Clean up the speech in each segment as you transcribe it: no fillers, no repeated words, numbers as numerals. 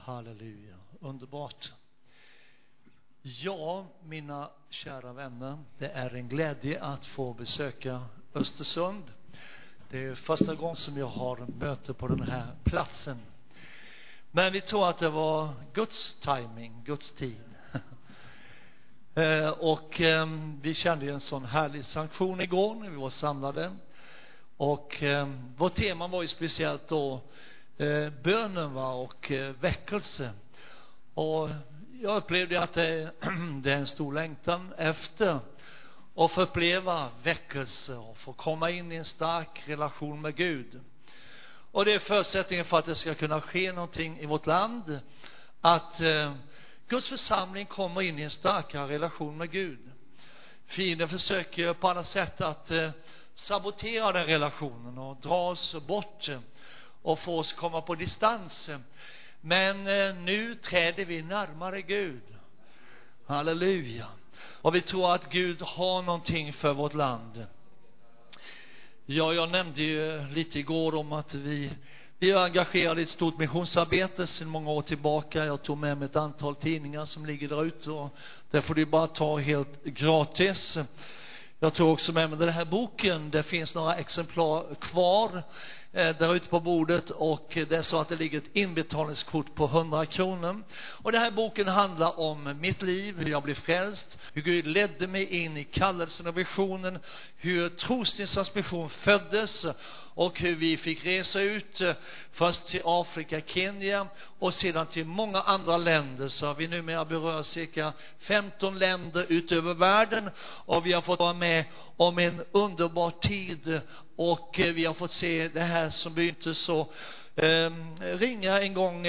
Halleluja, underbart. Ja, mina kära vänner, det är en glädje att få besöka Östersund. Det är första gången som jag har möte på den här platsen. Men vi tror att det var Guds timing, Guds tid. Och vi kände en sån härlig sanktion igår när vi var samlade. Och vårt tema var ju speciellt då bönen och väckelse. Och jag upplevde att det är en stor längtan efter att få uppleva väckelse och få komma in i en stark relation med Gud. Och det är förutsättningen för att det ska kunna ske någonting i vårt land, att Guds församling kommer in i en starkare relation med Gud. Fienden försöker på alla sätt att sabotera den relationen och dra oss bort och få oss komma på distans. Men nu träder vi närmare Gud. Halleluja. Och vi tror att Gud har någonting för vårt land. Ja, jag nämnde ju lite igår om att vi är engagerade i ett stort missionsarbete sedan många år tillbaka. Jag tog med mig ett antal tidningar som ligger där ute, och det får du bara ta helt gratis. Jag tog också med mig den här boken. Det finns några exemplar kvar där ute på bordet, och det är så att det ligger ett inbetalningskort på 100 kronor. Och den här boken handlar om mitt liv, hur jag blev frälst, hur Gud ledde mig in i kallelsen och visionen, hur Trosnissans mission föddes och hur vi fick resa ut först till Afrika, Kenya och sedan till många andra länder. Så vi numera berör cirka 15 länder utöver världen, och vi har fått vara med om en underbar tid, och vi har fått se det här som begynte så ringa en gång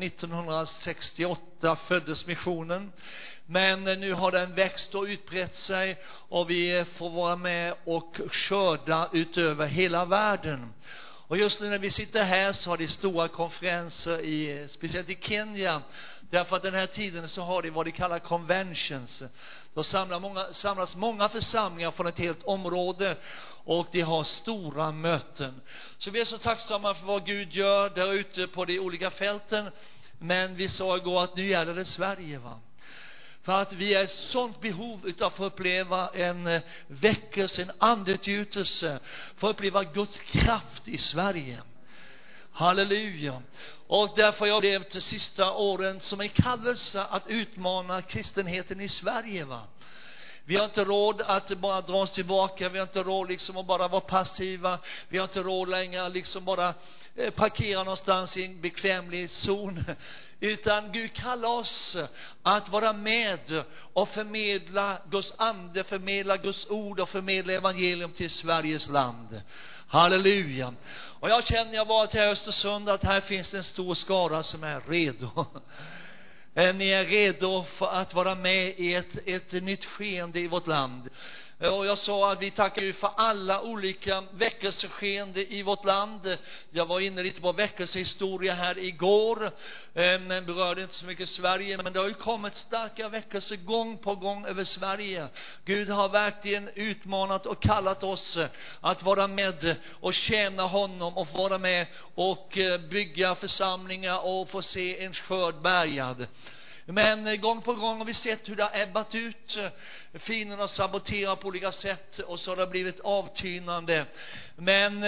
1968 föddes missionen. Men nu har den växt och utbrett sig, och vi får vara med och skörda utöver hela världen. Och just nu när vi sitter här så har det stora konferenser speciellt i Kenya. Därför att den här tiden så har det vad de kallar conventions. Då samlas många församlingar från ett helt område, och de har stora möten. Så vi är så tacksamma för vad Gud gör där ute på de olika fälten. Men vi sa igår att nu gäller det Sverige, va? För att vi är ett sånt behov utav att få uppleva en väckelse, en andetgjutelse, få uppleva Guds kraft i Sverige. Halleluja. Och därför har jag levt de sista åren som en kallelse att utmana kristenheten i Sverige, va? Vi har inte råd att bara dra oss tillbaka. Vi har inte råd liksom att bara vara passiva. Vi har inte råd längre liksom bara parkera någonstans i en bekvämlig zon. Utan Gud kallar oss att vara med och förmedla Guds ande, förmedla Guds ord och förmedla evangelium till Sveriges land. Halleluja. Och jag känner, jag var till Östersund, att här finns en stor skara som är redo. Ni är redo för att vara med i ett nytt skeende i vårt land. Och jag sa att vi tackar ju för alla olika väckelseskeende i vårt land. Jag var inne lite på väckelsehistoria här igår, men berörde inte så mycket Sverige. Men det har ju kommit starka väckelser gång på gång över Sverige. Gud har verkligen utmanat och kallat oss att vara med och tjäna honom, och vara med och bygga församlingar och få se en skörd bärgad. Men gång på gång har vi sett hur det har ebbat ut. Fienden har saboterat på olika sätt, och så har det blivit avtynande. Men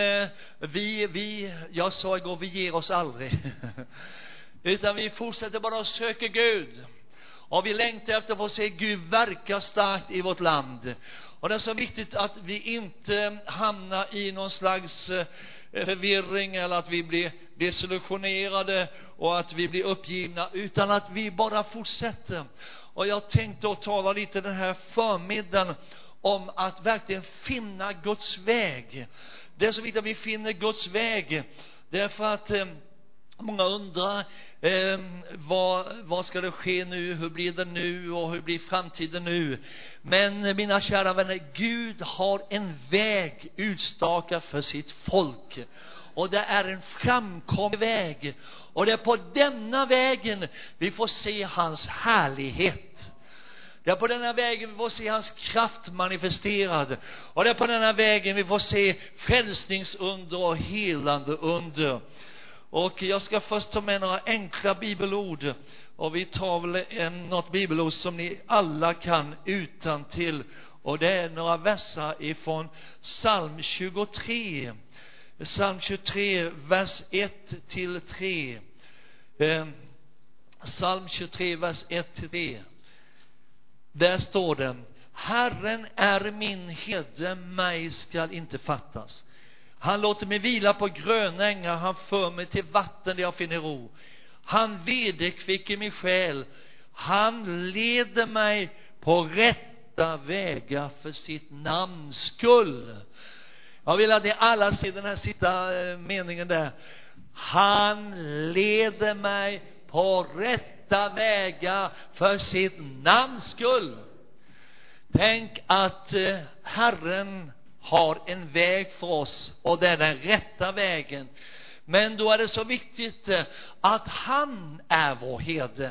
jag sa igår, vi ger oss aldrig. Utan vi fortsätter bara att söka Gud. Och vi längtar efter att få se Gud verka starkt i vårt land. Och det är så viktigt att vi inte hamnar i någon slags förvirring, eller att vi blir desillusionerade och att vi blir uppgivna, utan att vi bara fortsätter. Och jag tänkte att tala lite den här förmiddagen om att verkligen finna Guds väg. Det är så viktigt att vi finner Guds väg, därför att många undrar vad ska det ske nu, hur blir det nu och hur blir framtiden nu. Men mina kära vänner, Gud har en väg utstakad för sitt folk, och det är en framkomlig väg, och det är på denna vägen vi får se hans härlighet. Det är på denna vägen vi får se hans kraft manifesterad, och det är på denna vägen vi får se frälsningsunder och helande under. Och jag ska först ta med några enkla bibelord. Och vi tar väl något bibelord som ni alla kan utan till. Och det är några versar ifrån psalm 23. Psalm 23, vers 1-3. Psalm 23, vers 1-3. Där står det: Herren är min herde, mig skall inte fattas. Han låter mig vila på gröna ängar, han för mig till vatten där jag finner ro. Han vederkvicker min själ, han leder mig på rätta vägar för sitt namns skull. Jag vill att ni alla ser den här sista meningen där. Han leder mig på rätta vägar för sitt namns skull. Tänk att Herren har en väg för oss, och det är den rätta vägen. Men då är det så viktigt att han är vår herde.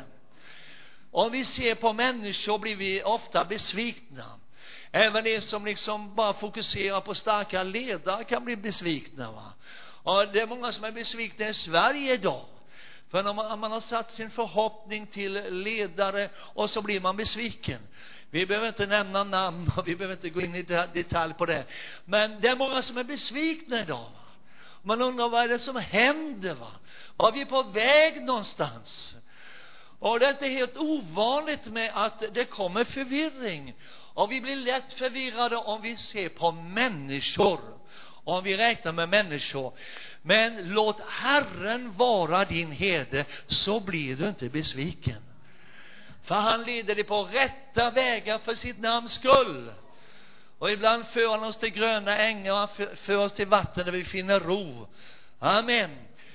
Om vi ser på människor blir vi ofta besvikna. Även de som liksom bara fokuserar på starka ledare kan bli besvikna, va? Och det är många som är besvikna i Sverige idag. För när man har satt sin förhoppning till ledare och så blir man besviken. Vi behöver inte nämna namn och vi behöver inte gå in i detalj på det. Men det är många som är besvikna idag. Man undrar vad är det som händer, va? Var vi på väg någonstans? Och det är inte helt ovanligt med att det kommer förvirring. Och vi blir lätt förvirrade om vi ser på människor. Om vi räknar med människor. Men låt Herren vara din herde, så blir du inte besviken. För han leder dig på rätta vägar för sitt namns skull. Och ibland för han oss till gröna ängar och för oss till vatten där vi finner ro. Amen.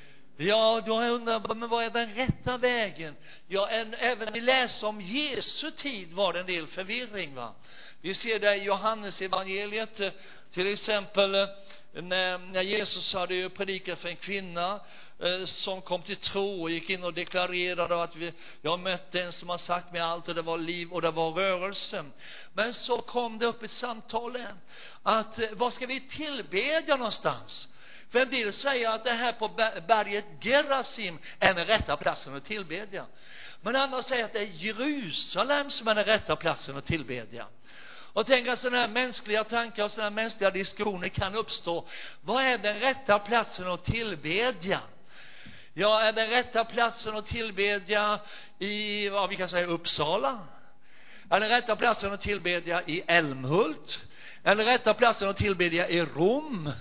Ja, då undrar jag, men vad är den rätta vägen? Ja, även vi läser om Jesu tid var det en del förvirring, va? Vi ser det i Johannes evangeliet, till exempel när Jesus hade ju predikat för en kvinna som kom till tro och gick in och deklarerade att jag mötte en som har sagt mig allt, och det var liv och det var rörelse. Men så kom det upp ett samtal att vad ska vi tillbedja någonstans? För en del säger att det här på berget Gerasim är den rätta platsen att tillbedja. Men andra säger att det är Jerusalem som är den rätta platsen att tillbedja. Och tänk att sådana här mänskliga tankar och sådana här mänskliga diskussioner kan uppstå. Vad är den rätta platsen att tillbedja? Ja, är den rätta platsen att tillbedja i, vad vi kan säga, Uppsala? Är den rätta platsen att tillbedja i Älmhult? Är den rätta platsen att tillbedja i Rom?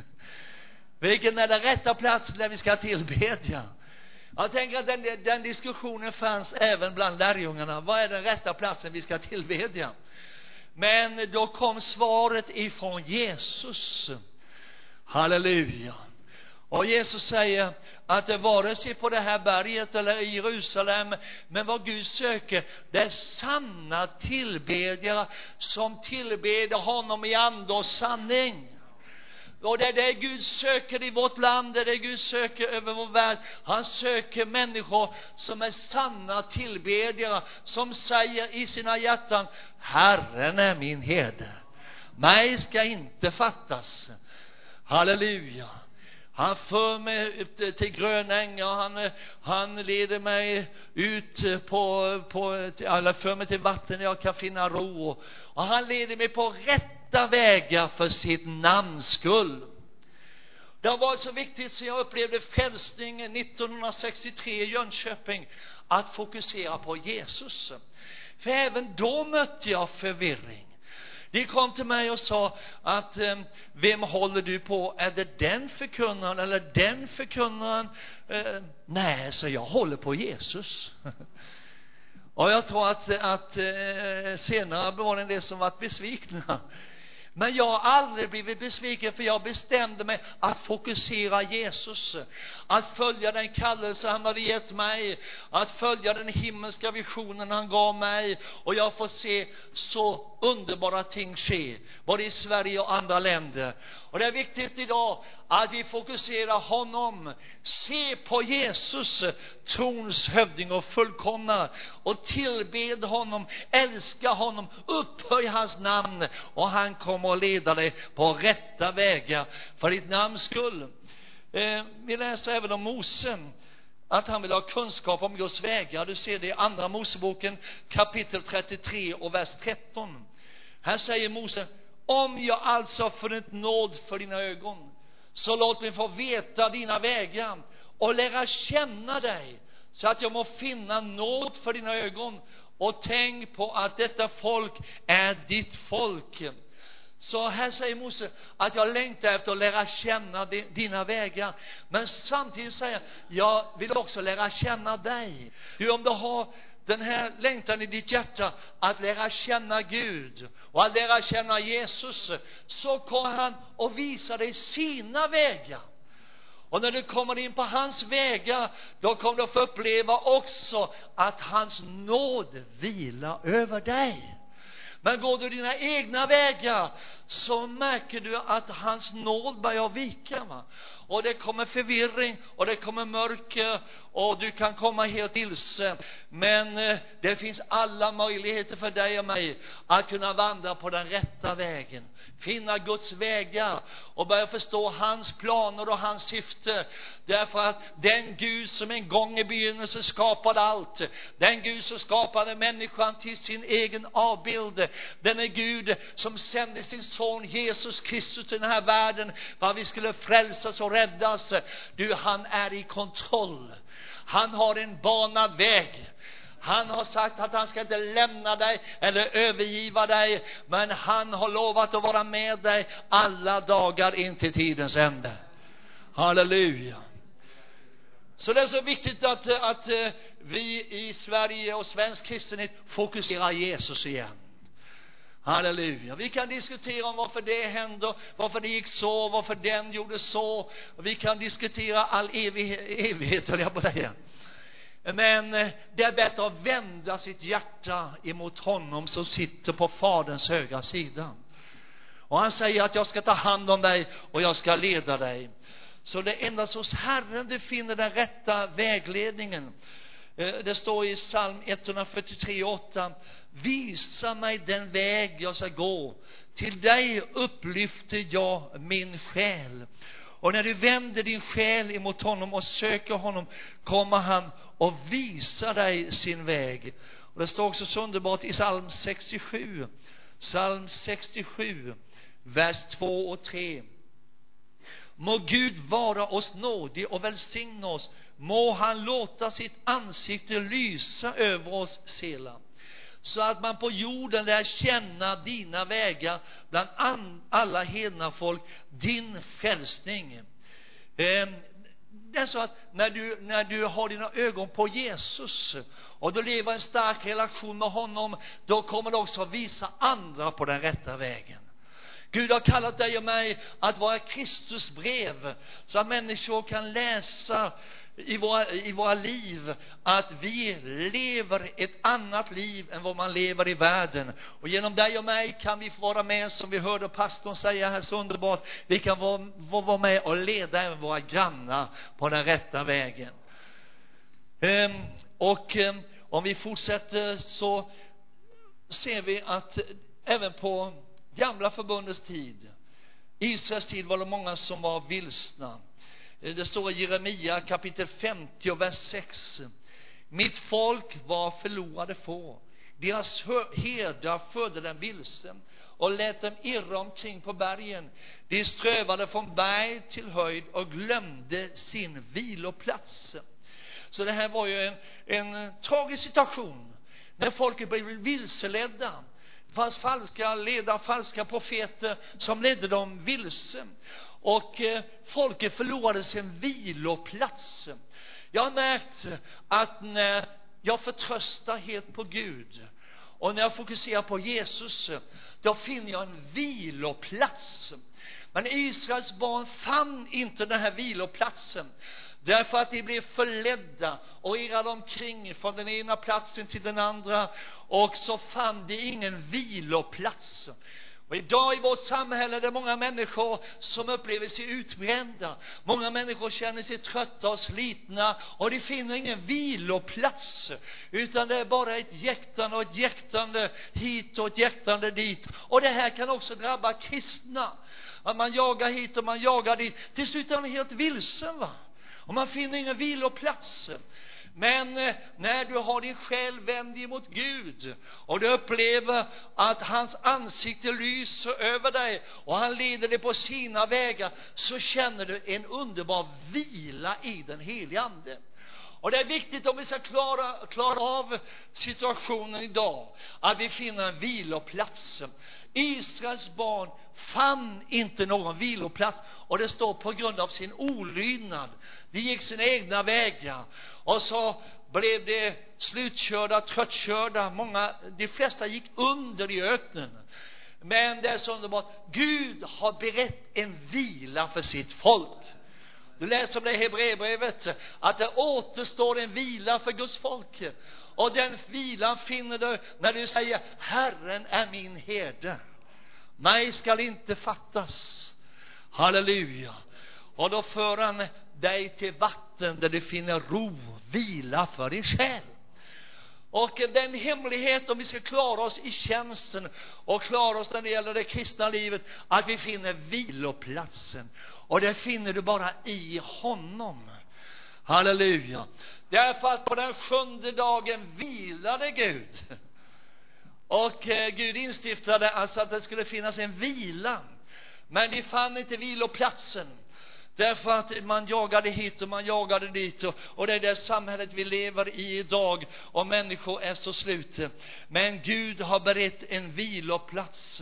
Vilken är den rätta platsen där vi ska tillbedja? Jag tänker att den diskussionen fanns även bland lärjungarna. Vad är den rätta platsen vi ska tillbedja? Men då kom svaret ifrån Jesus. Halleluja. Och Jesus säger att det vare sig på det här berget eller i Jerusalem, men vad Gud söker, det är sanna tillbedjare som tillbeder honom i ande och sanning. Och det är det Gud söker i vårt land, det är det Gud söker över vår värld. Han söker människor som är sanna tillbedjare, som säger i sina hjärtan: Herren är min herde, mig ska inte fattas. Halleluja. Han för mig till gröna ängar, han leder mig ut eller för mig till vatten där jag kan finna ro. Och han leder mig på rätta vägar för sitt namns skull. Det var så viktigt så jag upplevde frälsning 1963 i Jönköping, att fokusera på Jesus. För även då mötte jag förvirring. De kom till mig och sa att vem håller du på? Är det den förkunnaren eller den förkunnaren? Nej, så jag håller på Jesus. Och jag tror att senare var det en del som var besvikna. Men jag har aldrig blivit besviken, för jag bestämde mig att fokusera Jesus, att följa den kallelse han hade gett mig, att följa den himmelska visionen han gav mig. Och jag får se så underbara ting ske, både i Sverige och andra länder. Och det är viktigt idag att vi fokuserar honom. Se på Jesus, trons hövding och fullkomnare, och tillbed honom, älska honom, upphöj hans namn, och han kommer att leda dig på rätta vägar för ditt namns skull. Vi läser även om Mose, att han vill ha kunskap om Guds vägar. Du ser det i andra Moseboken kapitel 33 och vers 13. Här säger Mose: om jag alltså har funnit nåd för dina ögon, så låt mig få veta dina vägar och lära känna dig, så att jag må finna nåd för dina ögon. Och tänk på att detta folk är ditt folk. Så här säger Mose att jag längtar efter att lära känna dina vägar. Men samtidigt säger jag vill också lära känna dig. Om du har den här längtan i ditt hjärta att lära känna Gud och att lära känna Jesus, så kommer han att visa dig sina vägar. Och när du kommer in på hans vägar, då kommer du att få uppleva också att hans nåd vilar över dig. Men går du dina egna vägar, så märker du att hans nåd börjar vika, va? Och det kommer förvirring och det kommer mörker och du kan komma helt vilse. Men det finns alla möjligheter för dig och mig att kunna vandra på den rätta vägen. Finna Guds vägar och börja förstå hans planer och hans syfte. Därför att den Gud som en gång i begynnelsen skapade allt, den Gud som skapade människan till sin egen avbild, den är Gud som sände sin son Jesus Kristus till den här världen för att vi skulle frälsas och räddas. Han är i kontroll. Han har en banad väg. Han har sagt att han ska inte lämna dig eller övergiva dig, men han har lovat att vara med dig alla dagar in till tidens ände. Halleluja. Så det är så viktigt att vi i Sverige och svensk kristenhet fokuserar Jesus igen. Halleluja. Vi kan diskutera om varför det hände, varför det gick så, varför den gjorde så. Vi kan diskutera all evighet, höll jag på det. Men det är bättre att vända sitt hjärta emot honom som sitter på Faderns högra sida. Och han säger att jag ska ta hand om dig och jag ska leda dig. Så det är endast hos Herren du finner den rätta vägledningen. Det står i psalm 143:8: visa mig den väg jag ska gå. Till dig upplyfter jag min själ. Och när du vänder din själ emot honom och söker honom, kommer han och visar dig sin väg. Och det står också så underbart i psalm 67. Psalm 67, vers 2 och 3. Må Gud vara oss nådig och välsigna oss. Må han låta sitt ansikte lysa över oss, Sela. Så att man på jorden lär känna dina vägar bland alla hedna folk, din frälsning. Det är så att när du har dina ögon på Jesus och du lever en stark relation med honom, då kommer du också visa andra på den rätta vägen. Gud har kallat dig och mig att vara Kristus brev, så att människor kan läsa i våra liv att vi lever ett annat liv än vad man lever i världen. Och genom dig och mig kan vi få vara med, som vi hörde pastorn säga här så underbart, vi kan vara med och leda även våra grannar på den rätta vägen. Om vi fortsätter så ser vi att även på gamla förbundets tid, Israels tid, var det många som var vilsna. Det står i Jeremia kapitel 50 och vers 6: mitt folk var förlorade får. Deras herdar förde dem vilse och lät dem irra omkring på bergen. De strövade från berg till höjd och glömde sin viloplats. Så det här var ju en tragisk situation när folket blev vilseledda. Det fanns falska ledare, falska profeter som ledde dem vilse. Och folket förlorade sin viloplats. Jag har märkt att när jag förtröstar helt på Gud och när jag fokuserar på Jesus, då finner jag en viloplats. Men Israels barn fann inte den här viloplatsen, därför att de blev förledda och irrade omkring från den ena platsen till den andra, och så fann de ingen viloplats. Och idag i vårt samhälle är det många människor som upplever sig utbrända. Många människor känner sig trötta och slitna, och de finner ingen viloplats, utan det är bara ett jäktande och ett jäktande hit och ett jäktande dit. Och det här kan också drabba kristna. Att man jagar hit och man jagar dit. Till slut är man helt vilsen, va? Och man finner ingen viloplats. Men när du har din själ vänd emot Gud och du upplever att hans ansikte lyser över dig och han leder dig på sina vägar, så känner du en underbar vila i den helige ande. Och det är viktigt om vi ska klara av situationen idag, att vi finner en viloplats. Israels barn fann inte någon viloplats, och det står på grund av sin olydnad. De gick sina egna vägar, och så blev det slutkörda, tröttkörda. De flesta gick under i öknen. Men det är så underbart, Gud har berett en vila för sitt folk. Du läser om det i Hebreerbrevet, att det återstår en vila för Guds folk. Och den vilan finner du när du säger: Herren är min herde, mig skall inte fattas. Halleluja. Och då för han dig till vatten där du finner ro, vila för din själ. Och den hemlighet, om vi ska klara oss i tjänsten och klara oss när det gäller det kristna livet, att vi finner viloplatsen. Och det finner du bara i honom. Halleluja. Därför att på den 7:e dagen vilade Gud. Och Gud instiftade alltså att det skulle finnas en vila. Men de fann inte viloplatsen. Därför att man jagade hit och man jagade dit. Och det är det samhället vi lever i idag. Och människor är så slut. Men Gud har berett en viloplats.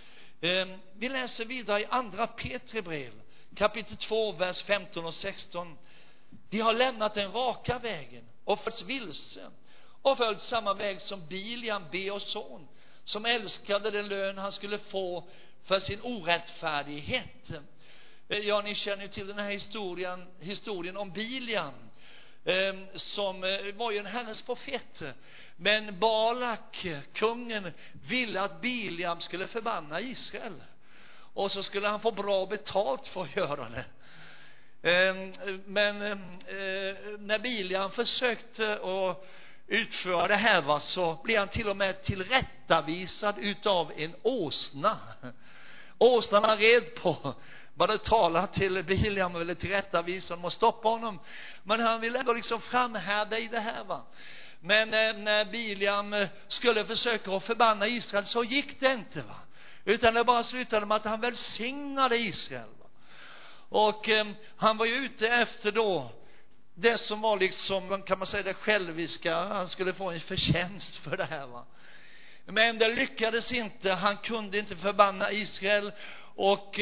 Vi läser vidare i andra Petri brev, kapitel 2, vers 15 och 16. De har lämnat den raka vägen och förts vilse och följt samma väg som Biliam, Beors son, som älskade den lön han skulle få för sin orättfärdighet. Ja, ni känner till den här historien om Biliam, som var ju en Herrens profet. Men Balak, kungen, ville att Biliam skulle förbanna Israel. Och så skulle han få bra betalt för att göra det. Men när Biliam försökte att utföra det här, så blev han till och med tillrättavisad utav en åsna. Åsnan han red på bara tala till Biliam och ville tillrättavisa honom och stoppa honom. Men han ville ändå liksom framhärda i det här, va. Men när Biliam skulle försöka att förbanna Israel, så gick det inte, va. Utan det bara slutade med att han välsignade Israel, va? Och han var ju ute efter då det som var liksom, kan man säga, det själviska. Han skulle få en förtjänst för det här, va. Men det lyckades inte. Han kunde inte förbanna Israel. Och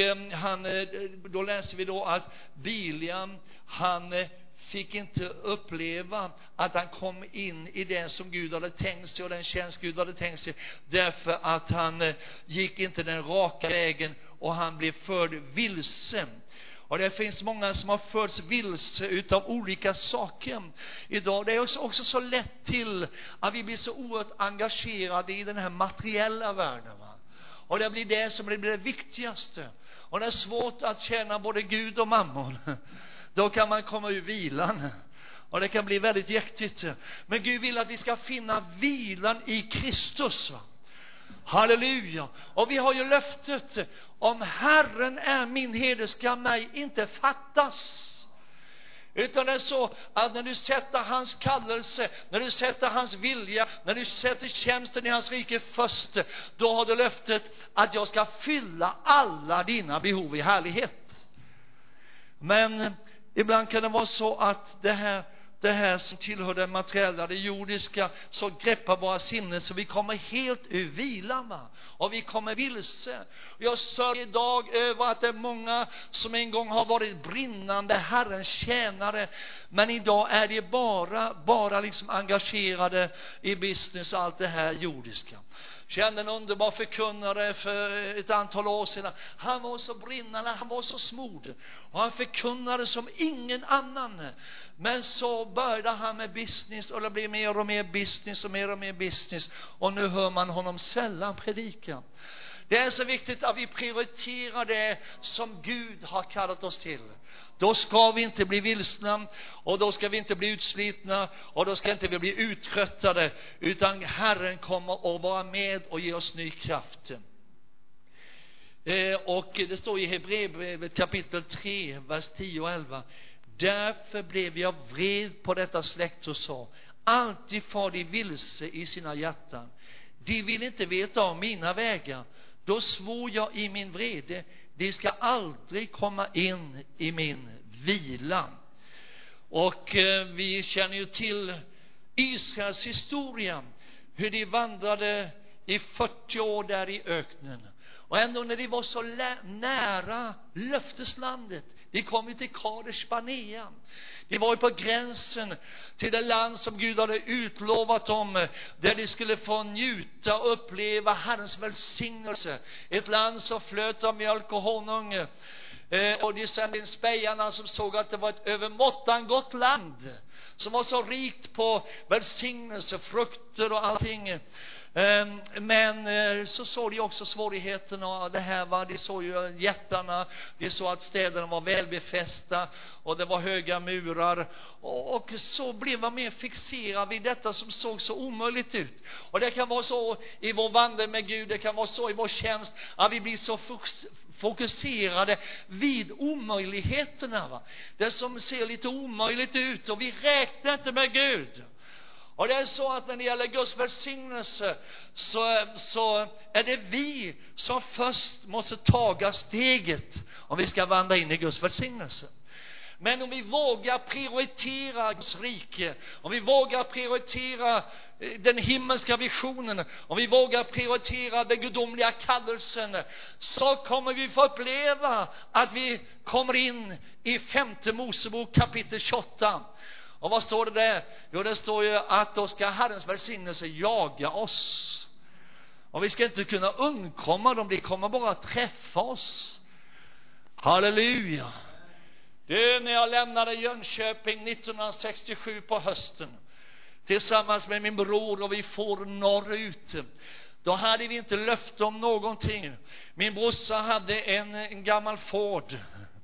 då läser vi då att Biliam, han fick inte uppleva att han kom in i det som Gud hade tänkt sig och den tjänst Gud hade tänkt sig, därför att han gick inte den raka vägen och han blev förd vilse. Och det finns många som har förts vilse utav olika saker idag. Det är också så lätt till att vi blir så oerhört engagerade i den här materiella världen, va? Och det blir det som blir det viktigaste. Och det är svårt att tjäna både Gud och mammon. Då kan man komma ur vilan. Och det kan bli väldigt jäktigt. Men Gud vill att vi ska finna vilan i Kristus, va? Halleluja. Och vi har ju löftet: om Herren är min herde ska mig inte fattas. Utan det är så att när du sätter hans kallelse, när du sätter hans vilja, när du sätter tjänsten i hans rike först, då har du löftet att jag ska fylla alla dina behov i härlighet. Men ibland kan det vara så att det här som tillhör det materiella, det jordiska, så greppar våra sinnen så vi kommer helt ur vilan, va? Och vi kommer vilse. Jag sörjer idag över att det är många som en gång har varit brinnande Herrens tjänare, men idag är de bara liksom engagerade i business och allt det här jordiska. Kände en underbar förkunnare för ett antal år sedan. Han var så brinnande, han var så smord. Och han förkunnade som ingen annan. Men så började han med business, och det blev mer och mer business och mer och mer business. Och nu hör man honom sällan predika. Det är så viktigt att vi prioriterar det som Gud har kallat oss till. Då ska vi inte bli vilsna, och då ska vi inte bli utslitna, och då ska inte vi bli uttröttade, utan Herren kommer att vara med och ge oss ny kraft. Och det står i Hebreerbrevet kapitel 3, vers 10 och 11. Därför blev jag vred på detta släkt och sa: alltid far de vilse i sina hjärtan. De vill inte veta om mina vägar. Då svor jag i min vrede: de ska aldrig komma in i min vila. Och vi känner ju till Israels historia, hur de vandrade i 40 år där i öknen. Och ändå när de var så nära löfteslandet, de kom ju till Kadesh Barnea. De var ju på gränsen till det land som Gud hade utlovat dem, där de skulle få njuta och uppleva Herrens välsignelse. Ett land som flöt av mjölk och honung. Och de sände in spejarna som såg att det var ett övermåttan gott land, som var så rikt på välsignelse, frukter och allting. Men så såg de också svårigheterna, och det här var, de såg ju jättarna, de såg att städerna var välbefästa och det var höga murar, och så blev man mer fixerad vid detta som såg så omöjligt ut. Och det kan vara så i vår vandring med Gud, det kan vara så i vår tjänst, att vi blir så fokuserade vid omöjligheterna, va? Det som ser lite omöjligt ut, och vi räknar inte med Gud. Och det är så att när det gäller Guds välsignelse så är det vi som först måste taga steget om vi ska vandra in i Guds välsignelse. Men om vi vågar prioritera Guds rike, om vi vågar prioritera den himmelska visionen, om vi vågar prioritera den gudomliga kallelsen, så kommer vi få uppleva att vi kommer in i 5:e Mosebok kapitel 28. Och vad står det där? Jo, det står ju att då ska Herrens välsignelse jaga oss. Och vi ska inte kunna undkomma dem, de kommer bara att träffa oss. Halleluja! Det är när jag lämnade Jönköping 1967 på hösten, tillsammans med min bror, och vi får norrut. Då hade vi inte löfte om någonting. Min brorsa hade en gammal Ford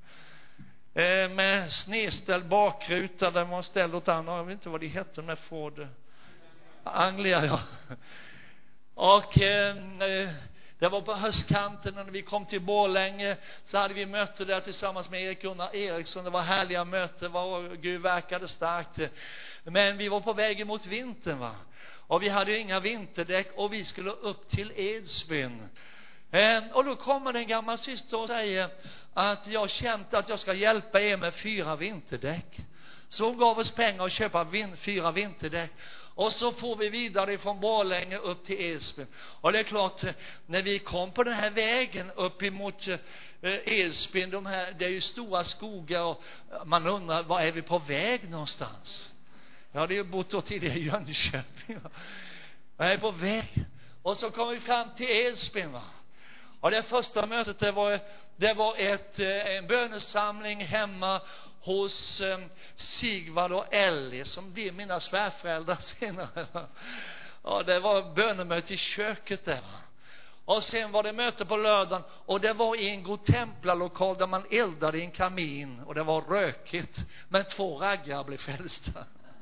med snedställd bakruta, där man ställd åt andra. Jag vet inte vad det hette med Ford Anglia, ja. Och det var på höstkanten, när vi kom till Borlänge så hade vi möte där tillsammans med Erik Gunnar Eriksson. Det var härliga möten, Gud verkade starkt. Men vi var på väg mot vintern, va? Och vi hade inga vinterdäck, och vi skulle upp till Edsbyn. Och då kommer en gammal syster och säger att jag känt att jag ska hjälpa er med 4 vinterdäck. Så hon gav oss pengar att köpa 4 vinterdäck. Och så får vi vidare från Borlänge upp till Edsbyn. Och det är klart, när vi kom på den här vägen upp emot Edsbyn, det är ju stora skogar, och man undrar, var är vi på väg någonstans? Jag hade ju bott då tidigare i Jönköping. Jag är på väg. Och så kom vi fram till Edsbyn, va? Och det första mötet, det var en bönesamling hemma hos Sigvard och Ellie, som blir mina svärföräldrar senare. Ja, det var bönemöte i köket där. Och sen var det möte på lördagen, och det var i en godtemplarlokal där man eldade i en kamin, och det var rökigt, men 2 raggare blev frälsta.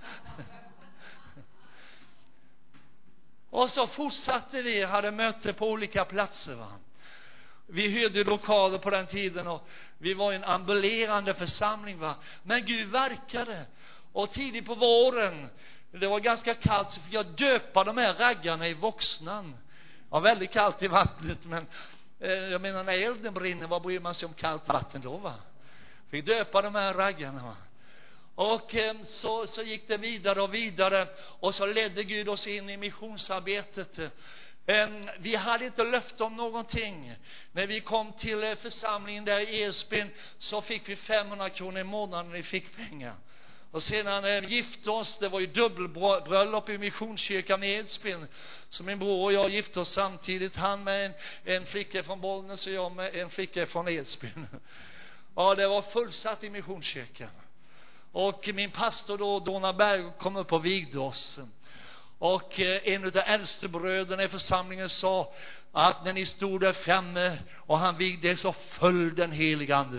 Och så fortsatte vi, hade möte på olika platser, va. Vi hyrde lokaler på den tiden, och vi var en ambulerande församling, va. Men Gud verkade. Och tidigt på våren, det var ganska kallt, så fick jag döpa de här raggarna i Voxnan. Ja, väldigt kallt i vattnet, men jag menar, när elden brinner, vad bryr man sig om kallt vatten då, va? Fick döpa de här raggarna, va. Och så gick det vidare och vidare, och så ledde Gud oss in i missionsarbetet. Vi hade inte löfte om någonting. När vi kom till församlingen där i Edsbyn, så fick vi 500 kronor i månaden när vi fick pengar. Och sedan gifte oss, det var ju dubbelbröllop i missionskyrkan i Edsbyn. Så min bror och jag gifte oss samtidigt, han med en flicka från Bollnäs och jag med en flicka från Edsbyn. Ja, det var fullsatt i missionskyrkan. Och min pastor då, Donna Berg, kom upp och vigde oss. Och en av de äldste bröderna i församlingen sa att när ni stod där framme och han vigde så föll den heliga ande.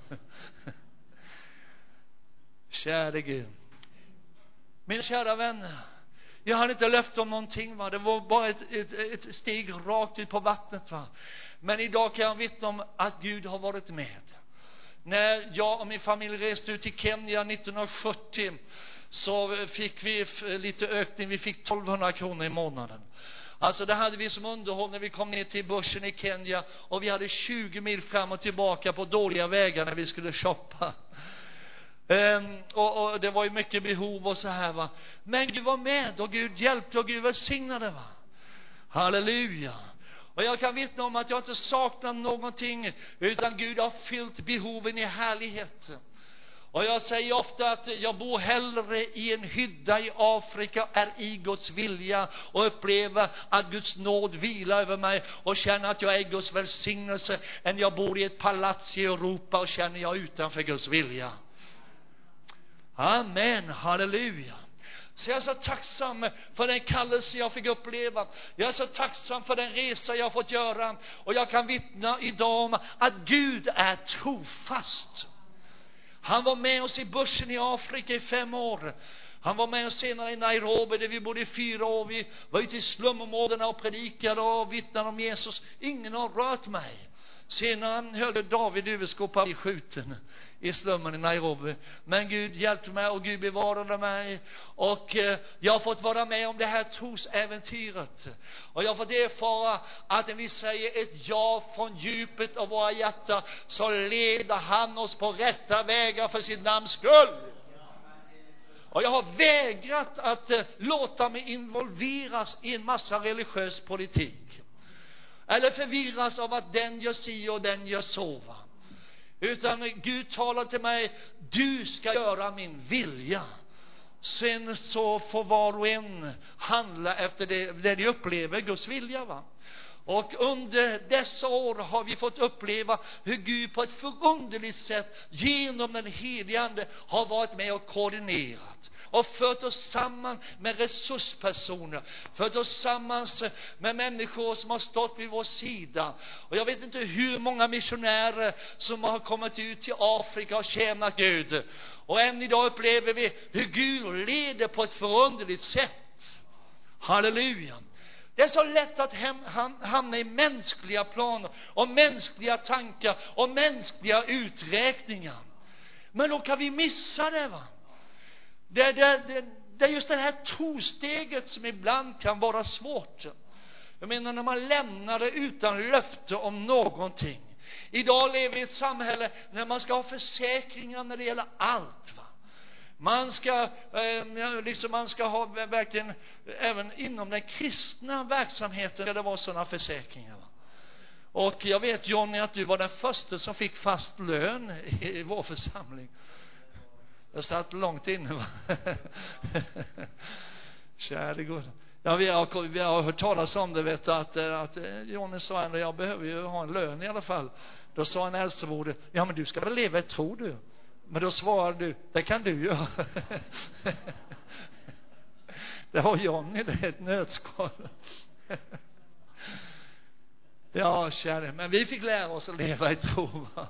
Kära Gud. Mina kära vänner, jag hade inte löfte om någonting, va? Det var bara ett steg rakt ut på vattnet, va? Men idag kan jag vittna om att Gud har varit med. När jag och min familj reste ut till Kenya 1970 så fick vi lite ökning. Vi fick 1200 kronor i månaden. Alltså det hade vi som underhåll när vi kom ner till börsen i Kenya. Och vi hade 20 mil fram och tillbaka på dåliga vägar när vi skulle shoppa. Och det var ju mycket behov och så här, va. Men Gud var med och Gud hjälpte och Gud välsignade, va. Halleluja. Och jag kan vittna om att jag inte saknar någonting, utan Gud har fyllt behoven i härlighet. Och jag säger ofta att jag bor hellre i en hydda i Afrika, är i Guds vilja och upplever att Guds nåd vilar över mig och känner att jag är Guds välsignelse, än jag bor i ett palats i Europa och känner jag utanför Guds vilja. Amen, halleluja. Så jag är så tacksam för den kallelse jag fick uppleva. Jag är så tacksam för den resa jag har fått göra. Och jag kan vittna idag om att Gud är trofast. Han var med oss i börsen i Afrika i 5 år. Han var med oss senare i Nairobi där vi bodde i 4 år. Vi var ute i slumområdena och predikade och vittnade om Jesus. Ingen har rört mig. Senare höll David huvudskåp på skjuten i slummen i Nairobi. Men Gud hjälpte mig och Gud bevarade mig. Och jag har fått vara med om det här trosäventyret. Och jag har fått erfara att när vi säger ett ja från djupet av våra hjärtan, så leder han oss på rätta vägar för sitt namns skull. Och jag har vägrat att låta mig involveras i en massa religiös politik. Eller förvirras av att den gör si och den gör så, va. Utan Gud talar till mig: du ska göra min vilja. Sen så får var och en handla efter det de upplever Guds vilja, va. Och under dessa år har vi fått uppleva hur Gud på ett förunderligt sätt genom den helige Ande har varit med och koordinerat och fört oss samman med resurspersoner, fört oss samman med människor som har stått vid vår sida. Och jag vet inte hur många missionärer som har kommit ut till Afrika och tjänat Gud. Och än idag upplever vi hur Gud leder på ett förunderligt sätt. Halleluja. Det är så lätt att hamna i mänskliga planer och mänskliga tankar och mänskliga uträkningar. Men då kan vi missa det, va. Det är just det här trosteget som ibland kan vara svårt. Jag menar, när man lämnar det utan löfte om någonting. Idag lever vi i ett samhälle när man ska ha försäkringar när det gäller allt, va. Man ska ha verkligen, även inom den kristna verksamheten ska det vara sådana försäkringar, va? Och jag vet, Johnny, att du var den första som fick fast lön i vår församling. Jag satt långt inne, va? Kära Gud. Ja, vi har hört talas om det, vet du, att Johnny sa ändå: jag behöver ju ha en lön i alla fall. Då sa en äldstebror: ja, men du ska väl leva i tro, du. Men då svarade du: det kan du göra. Det var Johnny, det är ett nötskal. Ja, kära, men vi fick lära oss att leva i tro, va?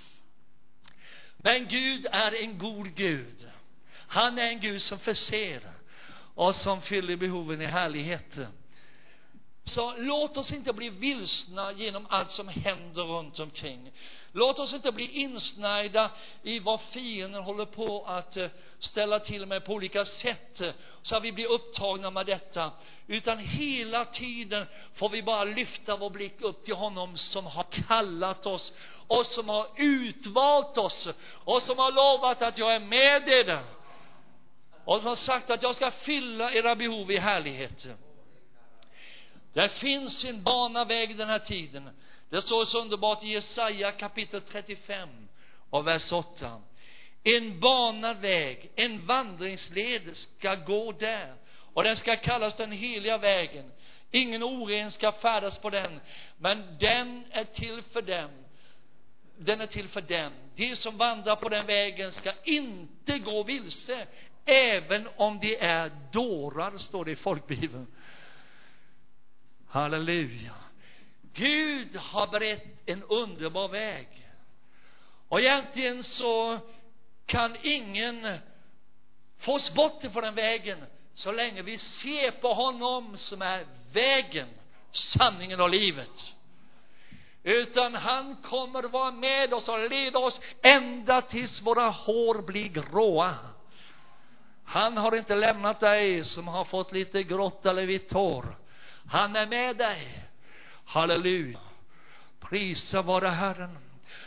Men Gud är en god Gud. Han är en Gud som förser och som fyller behoven i härligheten. Så låt oss inte bli vilsna genom allt som händer runt omkring. Låt oss inte bli insnärjda i vad fienden håller på att ställa till med på olika sätt, så att vi blir upptagna med detta. Utan hela tiden får vi bara lyfta vår blick upp till honom som har kallat oss och som har utvalt oss och som har lovat att jag är med er och som har sagt att jag ska fylla era behov i härlighet. Det finns en banaväg den här tiden. Det står så underbart i Jesaja kapitel 35 och vers 8. En banaväg, en vandringsled ska gå där, och den ska kallas den heliga vägen. Ingen oren ska färdas på den, men den är till för dem. Den är till för dem. De som vandrar på den vägen ska inte gå vilse även om de är dårar, står det i folkbibeln. Halleluja. Gud har berett en underbar väg. Och egentligen så kan ingen få oss bort från den vägen så länge vi ser på honom som är vägen, sanningen och livet. Utan han kommer vara med oss och leda oss ända tills våra hår blir gråa. Han har inte lämnat dig som har fått lite grått eller vitt hår. Han är med dig. Halleluja. Prisa vare Herren.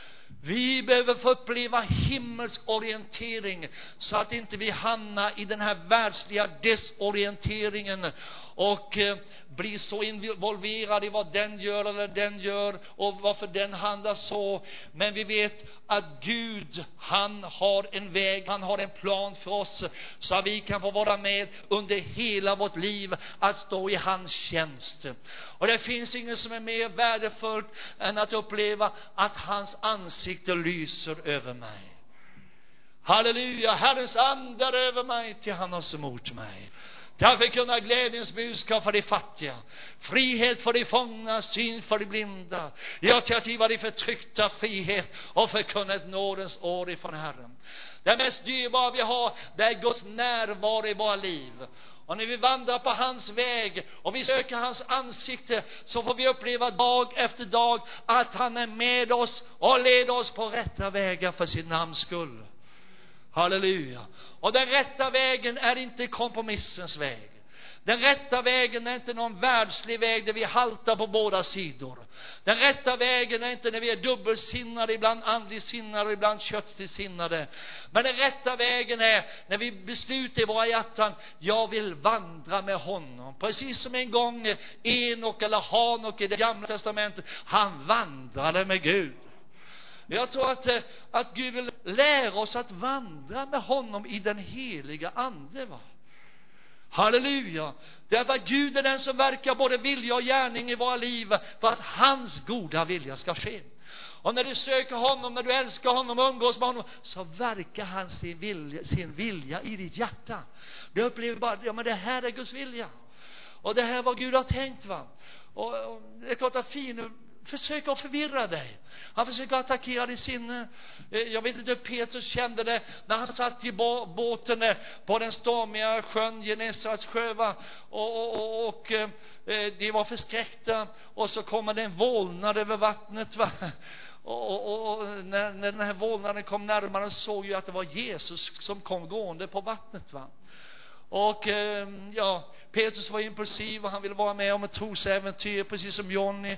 Vi behöver få uppleva himmelsk orientering så att inte vi hamnar i den här världsliga desorienteringen och blir så involverade i vad den gör eller den gör och varför den handlar så. Men vi vet att Gud, han har en väg, han har en plan för oss så att vi kan få vara med under hela vårt liv att stå i hans tjänst. Och det finns inget som är mer värdefullt än att uppleva att hans ansikte lyser över mig. Halleluja, Herrens ande är över mig, till han har emot mig. Därför kunna glädjens budskap för de fattiga, frihet för de fångna, syn för de blinda, ja, till att giva de förtryckta frihet och förkunna ett nådens år ifrån Herren. Det mest dyrbara vi har, det är Guds närvaro i våra liv. Och när vi vandrar på hans väg och vi söker hans ansikte, så får vi uppleva dag efter dag att han är med oss och leder oss på rätta vägar för sin namns skull. Halleluja. Och den rätta vägen är inte kompromissens väg. Den rätta vägen är inte någon världslig väg där vi haltar på båda sidor. Den rätta vägen är inte när vi är dubbelsinnade, ibland andligsinnade och ibland köttsinnade. Men den rätta vägen är när vi beslutar i våra hjärtan: jag vill vandra med honom. Precis som en gång Enok eller Hanok i det gamla testamentet. Han vandrade med Gud. Jag tror att Gud vill lära oss att vandra med honom i den heliga ande, va? Halleluja. Därför att Gud är den som verkar både vilja och gärning i våra liv för att hans goda vilja ska ske. Och när du söker honom, när du älskar honom och umgås med honom, så verkar han sin vilja i ditt hjärta. Du upplever bara, ja, men det här är Guds vilja. Och det här är vad Gud har tänkt, va? Och det är klart att fienden försöker att förvirra dig. Han försöker attackera ditt sinne. Jag vet inte hur Petrus kände det när han satt i båten på den stormiga sjön Genesarets sjö, va? Och de var förskräckta. Och så kommer det en vålnad över vattnet, va? Och när den här vålnaden kom närmare, såg ju att det var Jesus som kom gående på vattnet, va? Och ja, Petrus var impulsiv och han ville vara med om ett trosäventyr, precis som Johnny.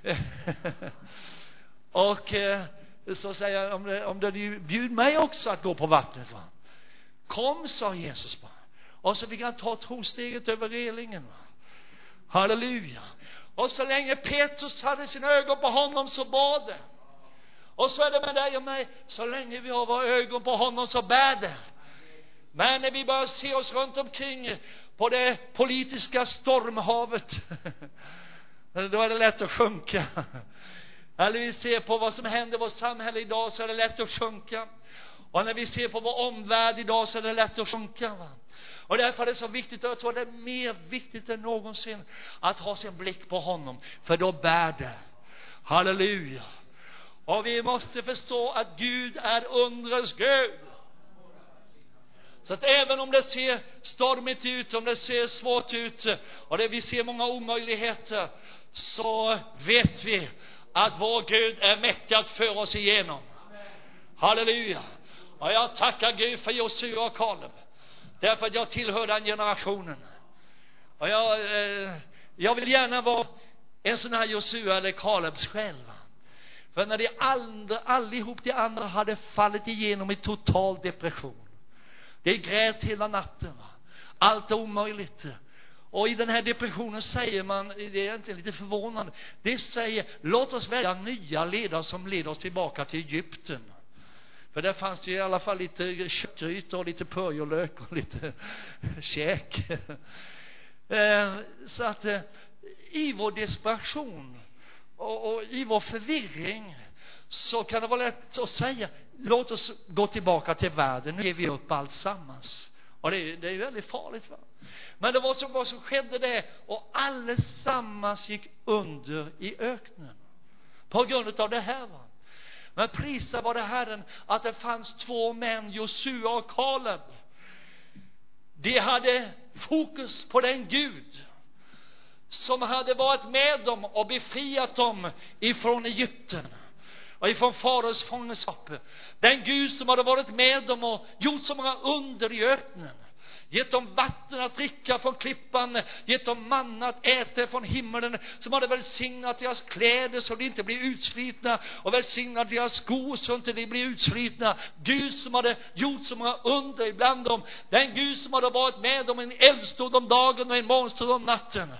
Och så säger jag, om du bjud mig också att gå på vattnet, va? Kom, sa Jesus bara. Och så fick han ta trosteget över relingen, va? Halleluja. Och så länge Petrus hade sina ögon på honom, så bad det. Och så är det med dig och mig. Så länge vi har våra ögon på honom, så bär det. Men när vi börjar se oss runt omkring på det politiska stormhavet, då är det lätt att sjunka. Eller vi ser på vad som händer i vårt samhälle idag, så är det lätt att sjunka. Och när vi ser på vår omvärld idag, så är det lätt att sjunka, va? Och därför är det så viktigt, och jag tror det är mer viktigt än någonsin, att ha sin blick på honom. För då bär det. Halleluja. Och vi måste förstå att Gud är undrens Gud. Så att även om det ser stormigt ut, om det ser svårt ut och vi ser många omöjligheter, så vet vi att vår Gud är mäktig att föra oss igenom. Halleluja. Och jag tackar Gud för Josua och Kaleb, därför att jag tillhör den generationen. Och jag vill gärna vara en sån här Josua eller Kalebs själv. För när allihop de andra hade fallit igenom i total depression, det grät hela natten, va? Allt är omöjligt. Och i den här depressionen säger man, det är egentligen lite förvånande, det säger: låt oss välja nya ledare som leder oss tillbaka till Egypten. För där fanns det i alla fall lite köttgryta och lite purjolök och lite käk. Så att i vår desperation och i vår förvirring, så kan det vara lätt att säga: låt oss gå tillbaka till världen, nu ger vi upp allt sammans Och det är väldigt farligt, va? Men det var vad som skedde det, och allesammans gick under i öknen på grund av det här, va? Men prisa var det Herren att det fanns två män, Josua och Kaleb. De hade fokus på den Gud som hade varit med dem och befriat dem ifrån Egypten och ifrån faraos fångenskap. Den Gud som hade varit med dem och gjort så många under i öknen. Gett dem vatten att dricka från klippan, gett dem manna att äta från himmelen, som hade välsignat deras kläder så de inte blir utslitna, och välsignat deras skor så inte de blir utslitna. Gud som hade gjort så många under ibland dem. Den Gud som hade varit med dem en eldstod om dagen och en molnstod om natten.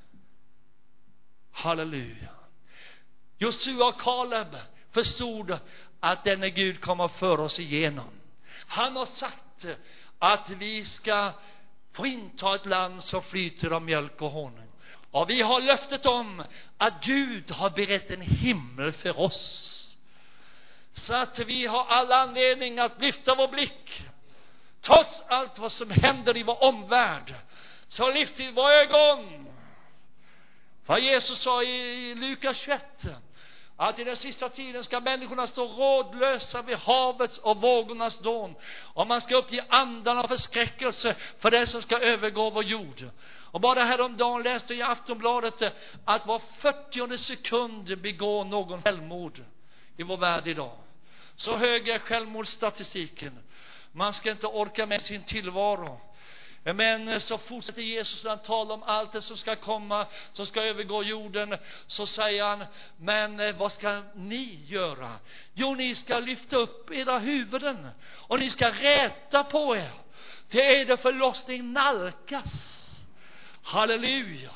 Halleluja. Josua och Kaleb förstod att denne Gud kommer för oss igenom. Han har sagt att vi ska få inta ett land som flyter av mjölk och honung. Och vi har löftet om att Gud har berett en himmel för oss. Så att vi har alla anledning att lyfta vår blick. Trots allt vad som händer i vår omvärld, så lyfter vi våra ögon. Vad Jesus sa i Lukas 21, att i den sista tiden ska människorna stå rådlösa vid havets och vågornas dån, och man ska uppge andarna av förskräckelse för det som ska övergå vår jord. Och bara häromdagen läste jag i Aftonbladet att var 40:e sekund begår någon självmord i vår värld idag. Så hög är självmordsstatistiken. Man ska inte orka med sin tillvaro. Men så fortsätter Jesus när han talar om allt det som ska komma, som ska övergå jorden. Så säger han, men vad ska ni göra? Jo, ni ska lyfta upp era huvuden och ni ska räta på er. Det är det förlossning nalkas. Halleluja.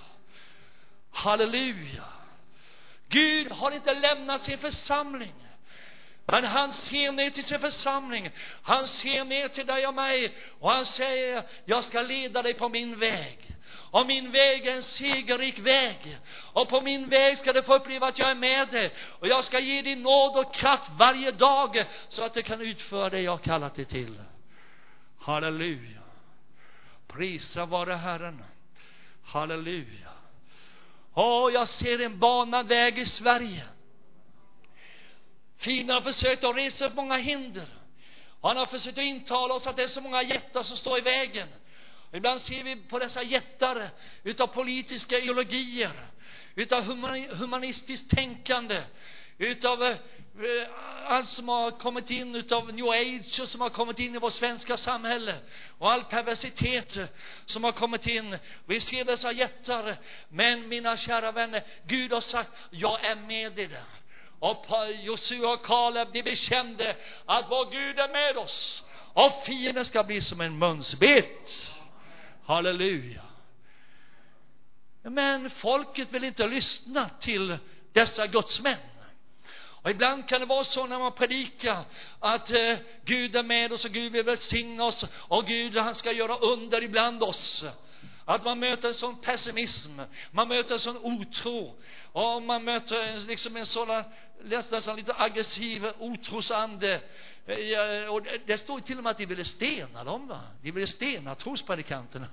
Halleluja. Gud har inte lämnat sin församling. Men han ser ner till sin församling. Han ser ner till dig och mig. Och han säger, jag ska leda dig på min väg. Och min väg är en segerrik väg. Och på min väg ska du få uppleva att jag är med dig. Och jag ska ge dig nåd och kraft varje dag, så att du kan utföra det jag kallat dig till. Halleluja. Prisa vare Herren. Halleluja. Jag ser en banad väg i Sverige. Fienden har försökt att resa upp många hinder. Han har försökt att intala oss att det är så många jättar som står i vägen. Och ibland ser vi på dessa jättar utav politiska ideologier, utav humanistiskt tänkande, utav allt som har kommit in, utav New Age som har kommit in i vårt svenska samhälle, och all perversitet som har kommit in. Vi ser dessa jättar, men mina kära vänner, Gud har sagt, jag är med i det. Och Josua och Kaleb, de bekände att vår Gud är med oss, och fienden ska bli som en munsbit. Halleluja. Men folket vill inte lyssna till dessa gudsmän. Och ibland kan det vara så när man predikar att Gud är med oss och Gud vill välsigna oss och Gud, han ska göra under ibland oss. Att man möter en sån pessimism, man möter en sån otro, och man möter liksom en sådan nästan lite aggressiv otrosande. Och det står till och med att de ville stena dem, va? De ville stena trospredikanterna.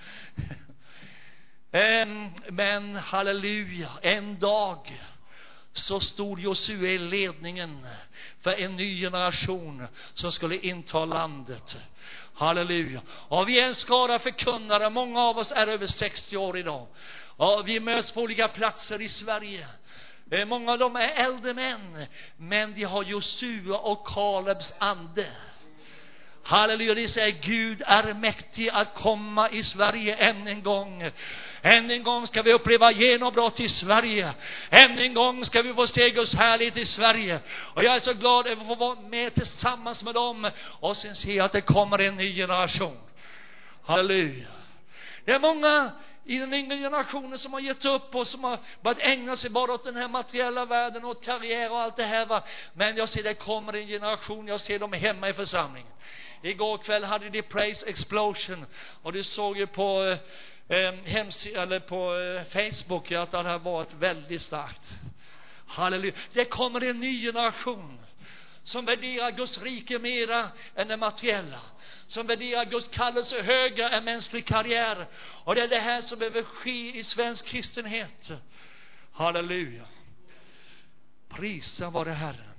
Men halleluja, en dag så stod Josua i ledningen för en ny generation som skulle inta landet. Halleluja. Och vi är en skara förkunnare. Många av oss är över 60 år idag. Och vi möts på olika platser i Sverige. Många av dem är äldre män, men de har Josua och Kalebs ande. Halleluja, det säger Gud är mäktig att komma i Sverige än en gång. Än en gång ska vi uppleva genombrott i Sverige. Än en gång ska vi få se Guds härlighet i Sverige. Och jag är så glad att få vara med tillsammans med dem. Och sen se att det kommer en ny generation. Halleluja. Det är många i den yngre generationen som har gett upp och som har börjat ägna sig bara åt den här materiella världen, åt karriär och allt det här, va? Men jag ser det kommer en generation, jag ser dem hemma i församlingen. Igår kväll hade de Praise Explosion, och du såg ju på eller på Facebook att det har varit väldigt starkt. Halleluja. Det kommer en ny generation som värderar Guds rike mera än det materiella, som värderar Guds kallelse högre än mänsklig karriär. Och det är det här som behöver ske i svensk kristenhet. Halleluja. Prisa vare Herren.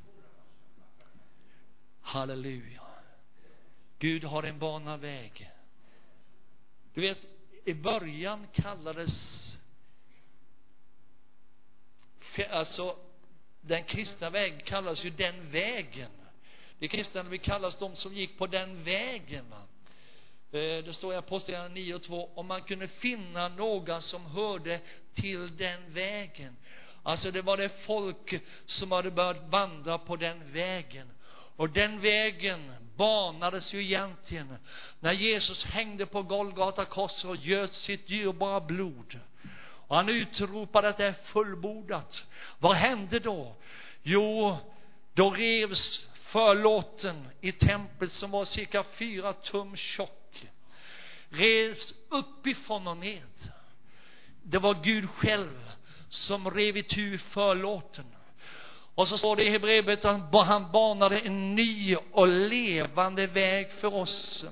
Halleluja. Gud har en banaväg. Du vet, i början kallades, alltså den kristna vägen kallas ju den vägen. De kristna vi kallas de som gick på den vägen, va? Det står i Apostlagärningarna 9:2, om man kunde finna några som hörde till den vägen. Alltså det var det folk som hade börjat vandra på den vägen. Och den vägen banades ju egentligen när Jesus hängde på Golgata kors och göt sitt dyrbara blod. Och han utropade att det är fullbordat. Vad hände då? Jo, då revs förlåten i templet som var cirka 4 tum tjock. Revs uppifrån och ned. Det var Gud själv som rev itu förlåten. Och så står det i Hebreerbrevet att han banade en ny och levande väg för oss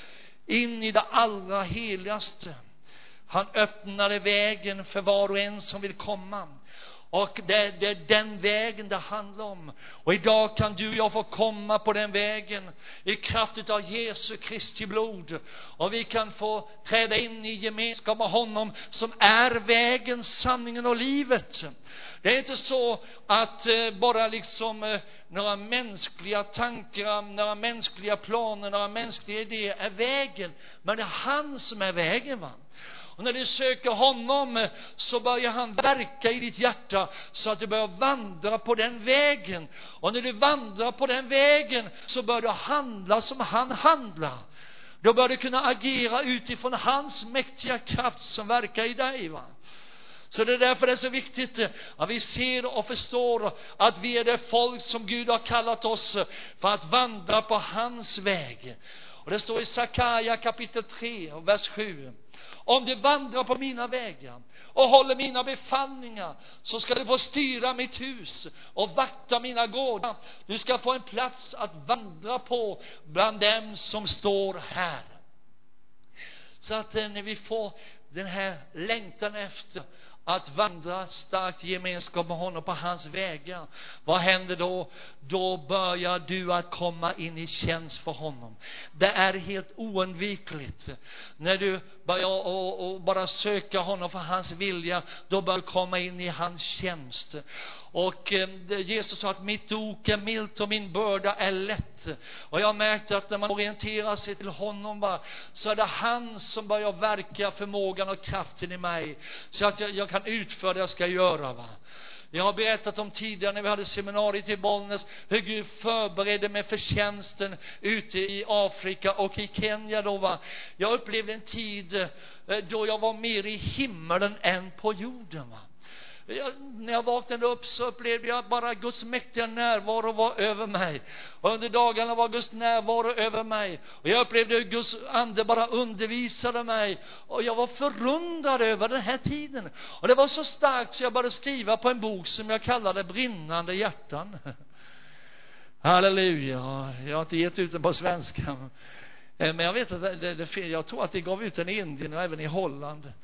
in i det allra heligaste. Han öppnade vägen för var och en som vill komma. Och det är den vägen det handlar om. Och idag kan du och jag få komma på den vägen i kraft av Jesu Kristi blod. Och vi kan få träda in i gemenskap med honom som är vägen, sanningen och livet. Det är inte så att bara liksom några mänskliga tankar, några mänskliga planer, några mänskliga idéer är vägen. Men det är han som är vägen, va? Och när du söker honom så börjar han verka i ditt hjärta så att du börjar vandra på den vägen. Och när du vandrar på den vägen så börjar du handla som han handlar. Då börjar du kunna agera utifrån hans mäktiga kraft som verkar i dig, va? Så det är därför det är så viktigt att vi ser och förstår att vi är det folk som Gud har kallat oss för att vandra på hans väg. Och det står i Sakaja kapitel 3 och vers 7. Om du vandrar på mina vägar och håller mina befallningar så ska du få styra mitt hus och vakta mina gårdar. Du ska få en plats att vandra på bland dem som står här. Så att när vi får den här längtan efter att vandra starkt gemenskap med honom på hans vägar, vad händer då? Då börjar du att komma in i tjänst för honom. Det är helt oundvikligt. När du börjar och bara söka honom för hans vilja, då börjar du komma in i hans tjänst. Och Jesus sa att mitt ok är milt och min börda är lätt. Och jag har märkt att när man orienterar sig till honom, så är det han som börjar verka förmågan och kraften i mig, så att jag kan utföra det jag ska göra, va? Jag har berättat om tidigare när vi hade seminariet i Bollnäs hur Gud förberedde mig för tjänsten ute i Afrika och i Kenya då, va? Jag upplevde en tid då jag var mer i himmelen än på jorden, va? När jag vaknade upp så upplevde jag bara Guds mäktiga närvaro var över mig. Och under dagarna var Guds närvaro över mig. Och jag upplevde hur Guds ande bara undervisade mig. Och jag var förundrad över den här tiden. Och det var så starkt så jag började skriva på en bok som jag kallade Brinnande hjärtan. Halleluja. Jag har inte gett ut den på svenska. Men jag vet att jag tror att det gav ut den i Indien och även i Holland.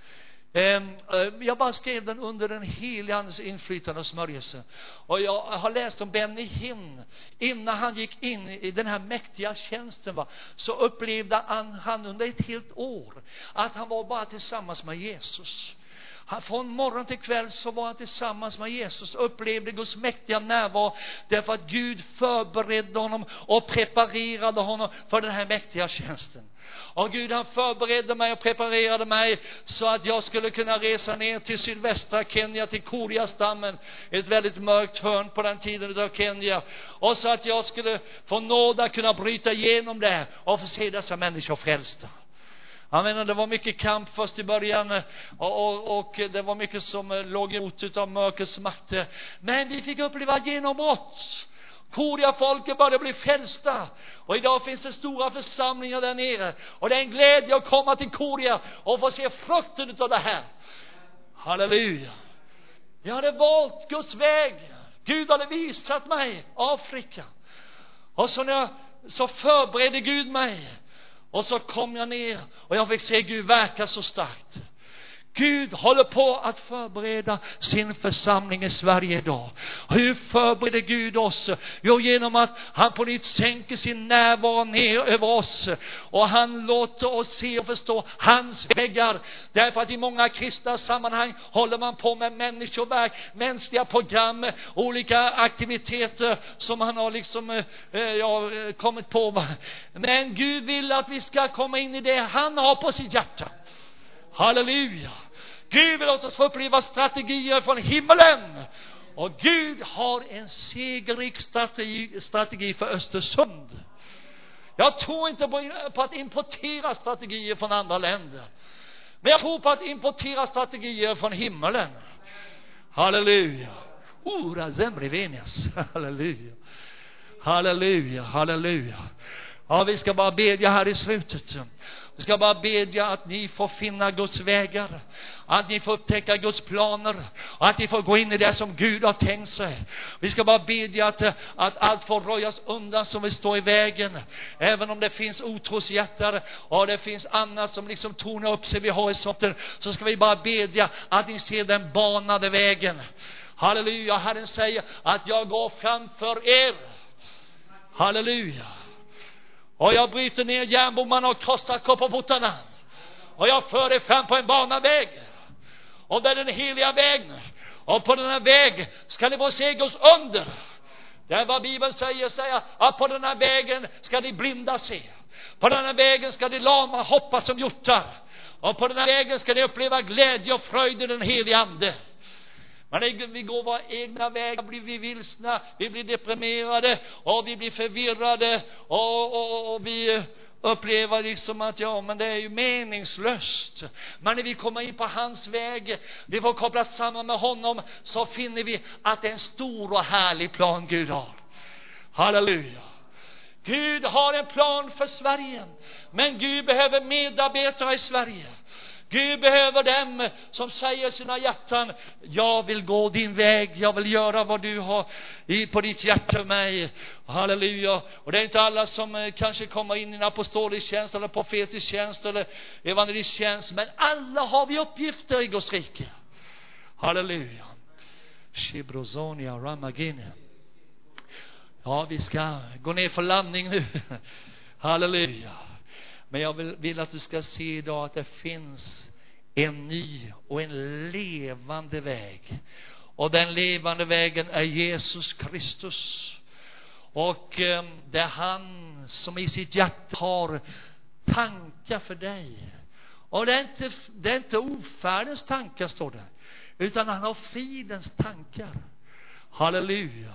Jag bara skrev den under den heliga Andens inflytande och smörjelse. Och jag har läst om Benny Hinn. Innan han gick in i den här mäktiga tjänsten, så upplevde han under ett helt år att han var bara tillsammans med Jesus. Från morgon till kväll så var han tillsammans med Jesus och upplevde Guds mäktiga närvaro, därför att Gud förberedde honom och preparerade honom för den här mäktiga tjänsten. Och Gud, han förberedde mig och preparerade mig så att jag skulle kunna resa ner till sydvästra Kenya, till Korea-stammen, ett väldigt mörkt hörn på den tiden av Kenya, och så att jag skulle få nåd att kunna bryta igenom det och få se dessa människor frälsta. Jag menar, det var mycket kamp först i början och det var mycket som låg emot utav mörkrets makter, men vi fick uppleva genombrott. Korea-folket började bli frälsta, och idag finns det stora församlingar där nere, och det är en glädje att komma till Korea och få se frukten utav det här. Halleluja. Jag hade valt Guds väg. Gud hade visat mig Afrika. Och så förberedde Gud mig. Och så kom jag ner och jag fick se Gud verka så starkt. Gud håller på att förbereda sin församling i Sverige idag. Hur förbereder Gud oss? Jo, genom att han på nytt sänker sin närvaro ner över oss. Och han låter oss se och förstå hans väggar. Därför att i många kristna sammanhang håller man på med människoverk, mänskliga program, olika aktiviteter som han har liksom kommit på. Men Gud vill att vi ska komma in i det han har på sitt hjärta. Halleluja. Gud vill låta oss få uppleva strategier från himmelen. Och Gud har en segerrik strategi för Östersund. Jag tror inte på att importera strategier från andra länder. Men jag tror på att importera strategier från himmelen. Halleluja. Ora zembrivenias. Halleluja. Halleluja. Halleluja. Ja, vi ska bara bedja här i slutet. Vi ska bara bedja att ni får finna Guds vägar. Att ni får upptäcka Guds planer. Att ni får gå in i det som Gud har tänkt sig. Vi ska bara bedja att allt får röjas undan som vi står i vägen. Även om det finns otroshjärtar och det finns annat som liksom tornar upp sig vid horisonten. Så ska vi bara bedja att ni ser den banade vägen. Halleluja. Herren säger att jag går framför er. Halleluja. Och jag bryter ner järnbommarna och krossar kopparportarna. Och jag för er fram på en banaväg. Och det är den heliga vägen. Och på den här vägen ska ni få se Guds under. Det är vad Bibeln säger att på den här vägen ska ni blinda se. På den här vägen ska ni lama hoppa som hjortar. Och på den här vägen ska ni uppleva glädje och fröjd i den heliga ande. Men vi går våra egna vägar, blir vi vilsna, vi blir deprimerade och vi blir förvirrade och vi upplever liksom att men det är ju meningslöst. Men när vi kommer in på hans väg, vi får koppla samman med honom, så finner vi att det är en stor och härlig plan Gud har. Halleluja. Gud har en plan för Sverige, men Gud behöver medarbetare i Sverige. Gud behöver dem som säger sina hjärtan: jag vill gå din väg, jag vill göra vad du har på ditt hjärta för mig. Halleluja. Och det är inte alla som kanske kommer in i en apostolisk tjänst eller profetisk tjänst eller evangelistisk tjänst, men alla har vi uppgifter i Guds rike. Halleluja. Shibrozonia ramagine. Ja, vi ska gå ner för landning nu. Halleluja. Men jag vill att du ska se idag att det finns en ny och en levande väg. Och den levande vägen är Jesus Kristus. Och det är han som i sitt hjärta har tankar för dig. Och det är inte ofärdens tankar, står det, utan han har fridens tankar. Halleluja.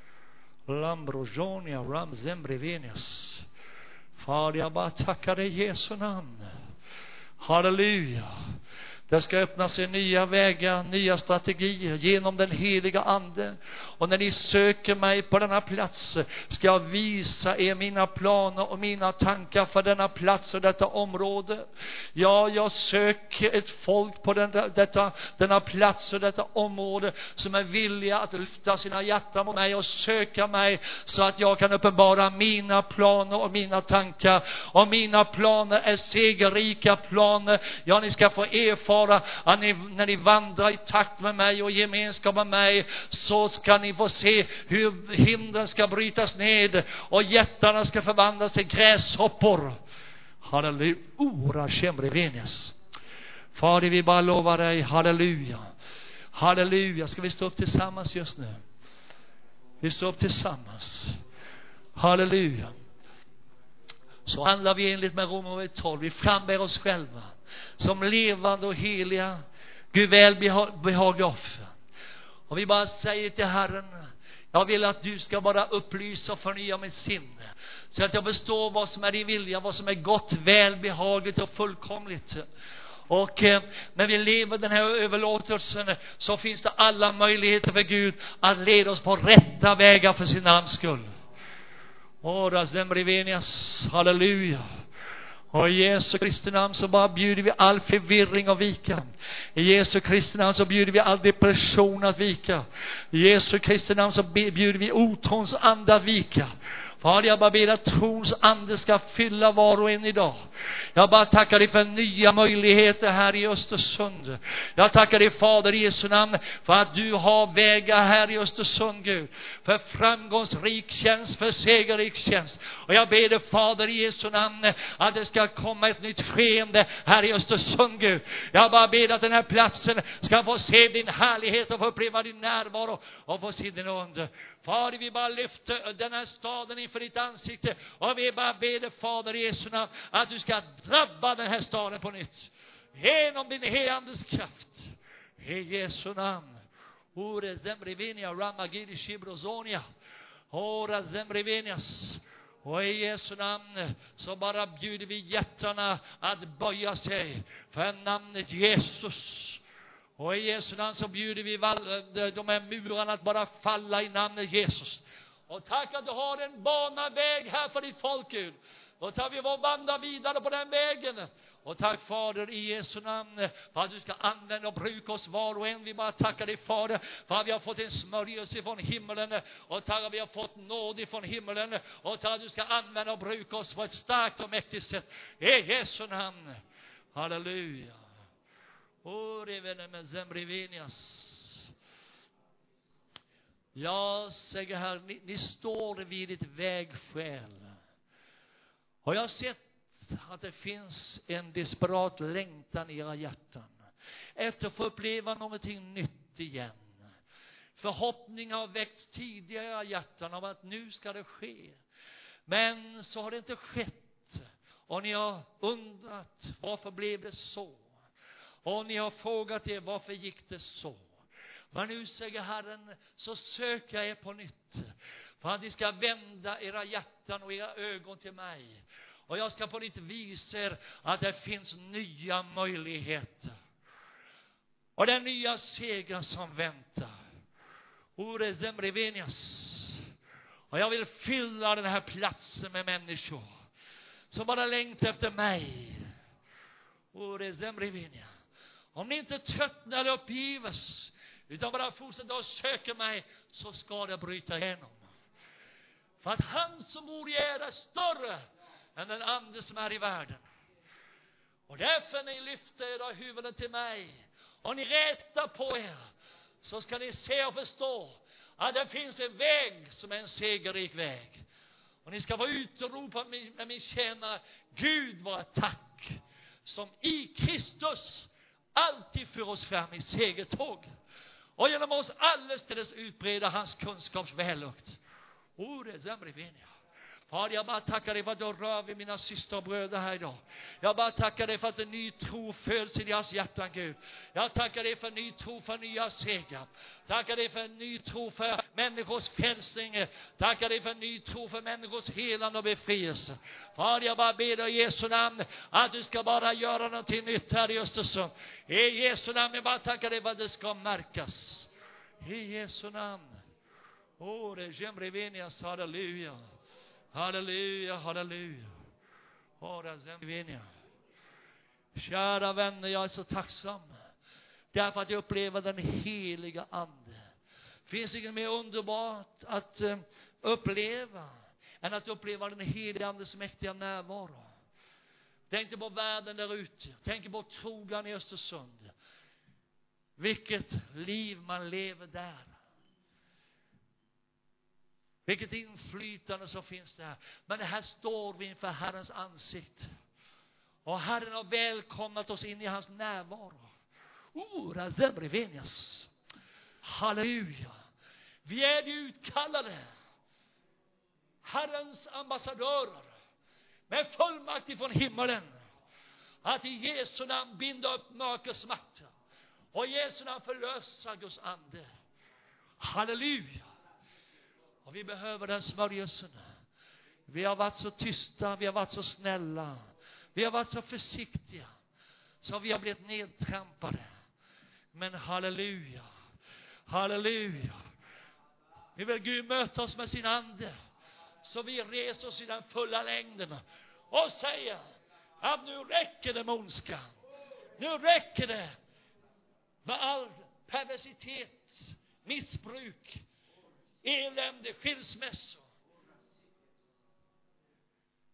Lambrojonia ramzembrevenias. Fader, jag bara tackar dig i Jesu namn. Halleluja. Det ska öppna sig nya vägar, nya strategier genom den heliga ande. Och när ni söker mig på denna plats ska jag visa er mina planer och mina tankar för denna plats och detta område. Ja, jag söker ett folk på denna plats och detta område som är villiga att lyfta sina hjärtan mot mig och söka mig, så att jag kan uppenbara mina planer och mina tankar. Och mina planer är segerrika planer. Ja, ni ska få erfara att när ni vandrar i takt med mig och gemenskap med mig, så ska ni få se hur hindren ska brytas ned och jättarna ska förvandlas till gräshoppor. Halleluja. Ora kemrevenias. Fader, vi bara lovar dig. Halleluja. Halleluja. Ska vi stå upp tillsammans just nu? Vi står upp tillsammans. Halleluja. Så handlar vi enligt med Romarbrevet 12. Vi frambär oss själva som levande och heliga, Gud väl behagliga offer. Och vi bara säger till Herren: jag vill att du ska bara upplysa och förnya mitt sinne, så att jag förstår vad som är din vilja, vad som är gott, välbehagligt och fullkomligt. Och när vi lever den här överlåtelsen, så finns det alla möjligheter för Gud att leda oss på rätta vägar för sin namns skull. Ora zemrivenias. Halleluja. Och i Jesu Kristi namn så bara bjuder vi all förvirring och vika. I Jesu Kristi namn så bjuder vi all depression att vika. I Jesu Kristi namn så bjuder vi otrons ande att vika. Fader, jag bara ber att trons ande ska fylla var och en idag. Jag bara tackar dig för nya möjligheter här i Östersund. Jag tackar dig, Fader, i Jesu namn, för att du har vägar här i Östersund, Gud. För framgångsrik tjänst, för segerrik tjänst. Och jag ber dig, Fader, i Jesu namn, att det ska komma ett nytt skeende här i Östersund, Gud. Jag bara ber att den här platsen ska få se din härlighet och få uppleva din närvaro och få se din under. Fader, vi bara lyfter den här staden inför ditt ansikte. Och vi bara ber dig, Fader, i Jesu namn, att du ska drabba den här staden på nytt. Genom din helandes kraft. I Jesu namn. Ore zemrivenia ramagiri shibrozonia. Ora zemrivenias. Och i Jesu namn så bara bjuder vi hjärtarna att böja sig för namnet Jesus. Och i Jesu namn så bjuder vi de här murarna att bara falla i namnet Jesus. Och tack att du har en banaväg här för ditt folk, Gud. Och tar vi vår vandra vidare på den vägen. Och tack, Fader, i Jesu namn, för att du ska använda och bruka oss var och en. Vi bara tackar dig, Fader, för att vi har fått en smörjelse från himmelen. Och tack att vi har fått nåd från himmelen. Och tack att du ska använda och bruka oss på ett starkt och mäktigt sätt. I Jesu namn. Halleluja. Jag säger här, ni står vid ett vägskäl. Och jag har sett att det finns en desperat längtan i era hjärtan efter att få uppleva någonting nytt igen. Förhoppningar har väckts tidigare i era hjärtan om att nu ska det ske. Men så har det inte skett. Och ni har undrat, varför blev det så? Och ni har frågat er, varför gick det så? Men nu säger Herren, så söker jag er på nytt. För att ni ska vända era hjärtan och era ögon till mig. Och jag ska på nytt visa er att det finns nya möjligheter. Och det är nya segrar som väntar. Ore zemrivenias. Och jag vill fylla den här platsen med människor som bara längtar efter mig. Ore zemrivenia. Om ni inte tröttnar eller uppgives, utan bara fortsätter att söka mig, så ska det bryta igenom. För att han som bor i er är större än den ande som är i världen. Och därför ni lyfter era huvuden till mig och ni rätar på er, så ska ni se och förstå att det finns en väg som är en segerrik väg. Och ni ska vara ute och ropa med min tjänare, Gud var tack, som i Kristus alltid för oss fram i segertåg. Och genom oss allestädes utbreda hans kunskaps vällukt. Ore zemrivenia. Fader, jag bara tackar dig för att du rör vid mina syster och bröder här idag. Jag bara tackar dig för att en ny tro föds i deras hjärtan, Gud. Jag tackar dig för en ny tro för nya segrar. Tackar dig för en ny tro för människors frälsning. Tackar dig för en ny tro för människors helande och befrielse. Fader, jag bara ber dig i Jesu namn att du ska bara göra någonting nytt här i Östersund. I Jesu namn, jag bara tackar dig för att det ska märkas. I Jesu namn. Åh, det är Jemrevenias, halleluja. Halleluja, halleluja. Åh, det är Jemrevenia. Kära vänner, jag är så tacksam. Därför att jag upplever den heliga ande. Finns inget mer underbart att uppleva än att uppleva den heliga andes mäktiga närvaro. Tänk på världen där ute. Tänk på Trogan i Östersund. Vilket liv man lever där. Vilket inflytande som finns där. Men här står vi inför Herrens ansikte. Och Herren har välkomnat oss in i hans närvaro. Halleluja. Vi är de utkallade. Herrens ambassadörer. Med fullmakt ifrån himmelen. Att i Jesu namn binda upp mörkrets makter. Och i Jesu namn förlösa Guds ande. Halleluja. Och vi behöver den smörjelsen. Vi har varit så tysta, vi har varit så snälla. Vi har varit så försiktiga. Så vi har blivit nedtrampade. Men halleluja. Halleluja. Vi vill Gud möta oss med sin ande. Så vi reser oss i den fulla längden. Och säger att nu räcker det med ondskan. Nu räcker det med all perversitet, missbruk, elände, skilsmässor.